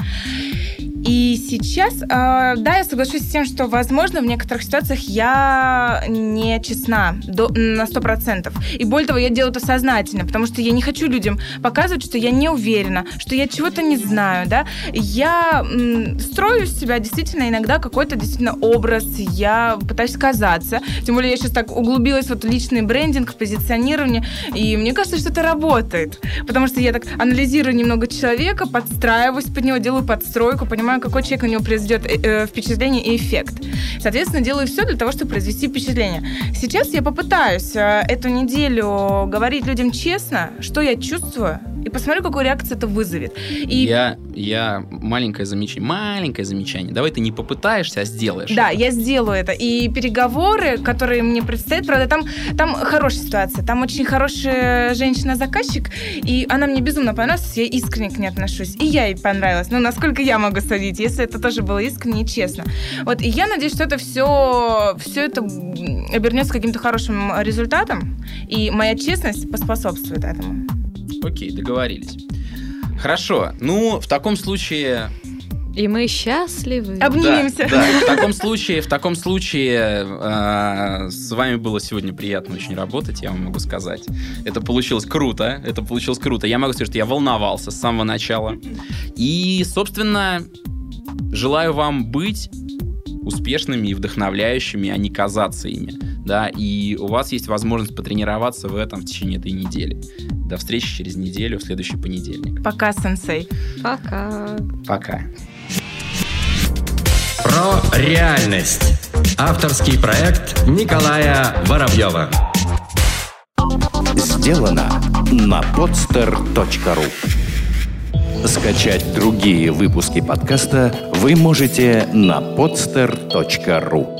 S5: И сейчас, да, я соглашусь с тем, что, возможно, в некоторых ситуациях я не честна на 100%. И более того, я делаю это сознательно, потому что я не хочу людям показывать, что я не уверена, что я чего-то не знаю, да. Я строю из себя действительно иногда какой-то действительно образ, я пытаюсь казаться. Тем более я сейчас так углубилась в личный брендинг, в позиционирование, и мне кажется, что это работает. Потому что я так анализирую немного человека, подстраиваюсь под него, делаю подстройку, понимаю, какой человек на него произведет впечатление и эффект. Соответственно, делаю все для того, чтобы произвести впечатление. Сейчас я попытаюсь эту неделю говорить людям честно, что я чувствую, и посмотрю, какую реакцию это вызовет.
S3: Я маленькое замечание. Давай ты не попытаешься, а сделаешь.
S5: Да, я сделаю это. И переговоры, которые мне предстоят, правда, там хорошая ситуация. Там очень хорошая женщина-заказчик, и она мне безумно понравилась, я искренне к ней отношусь. И я ей понравилась. Ну, насколько я могу судить, если это тоже было искренне и честно. Вот, и я надеюсь, что это все это обернется каким-то хорошим результатом, и моя честность поспособствует этому.
S3: Окей, договорились. Хорошо. Ну, в таком случае...
S4: И мы счастливы.
S5: Обнимемся.
S3: Да, в таком случае с вами было сегодня приятно очень работать, я вам могу сказать. Это получилось круто. Я могу сказать, что я волновался с самого начала. И, собственно, желаю вам быть успешными и вдохновляющими, а не казаться ими. Да, и у вас есть возможность потренироваться в этом в течение этой недели. До встречи через неделю, в следующий понедельник.
S5: Пока, сенсей.
S3: Пока.
S2: Про реальность. Авторский проект Николая Воробьева.
S1: Сделано на podster.ru. Скачать другие выпуски подкаста вы можете на podster.ru.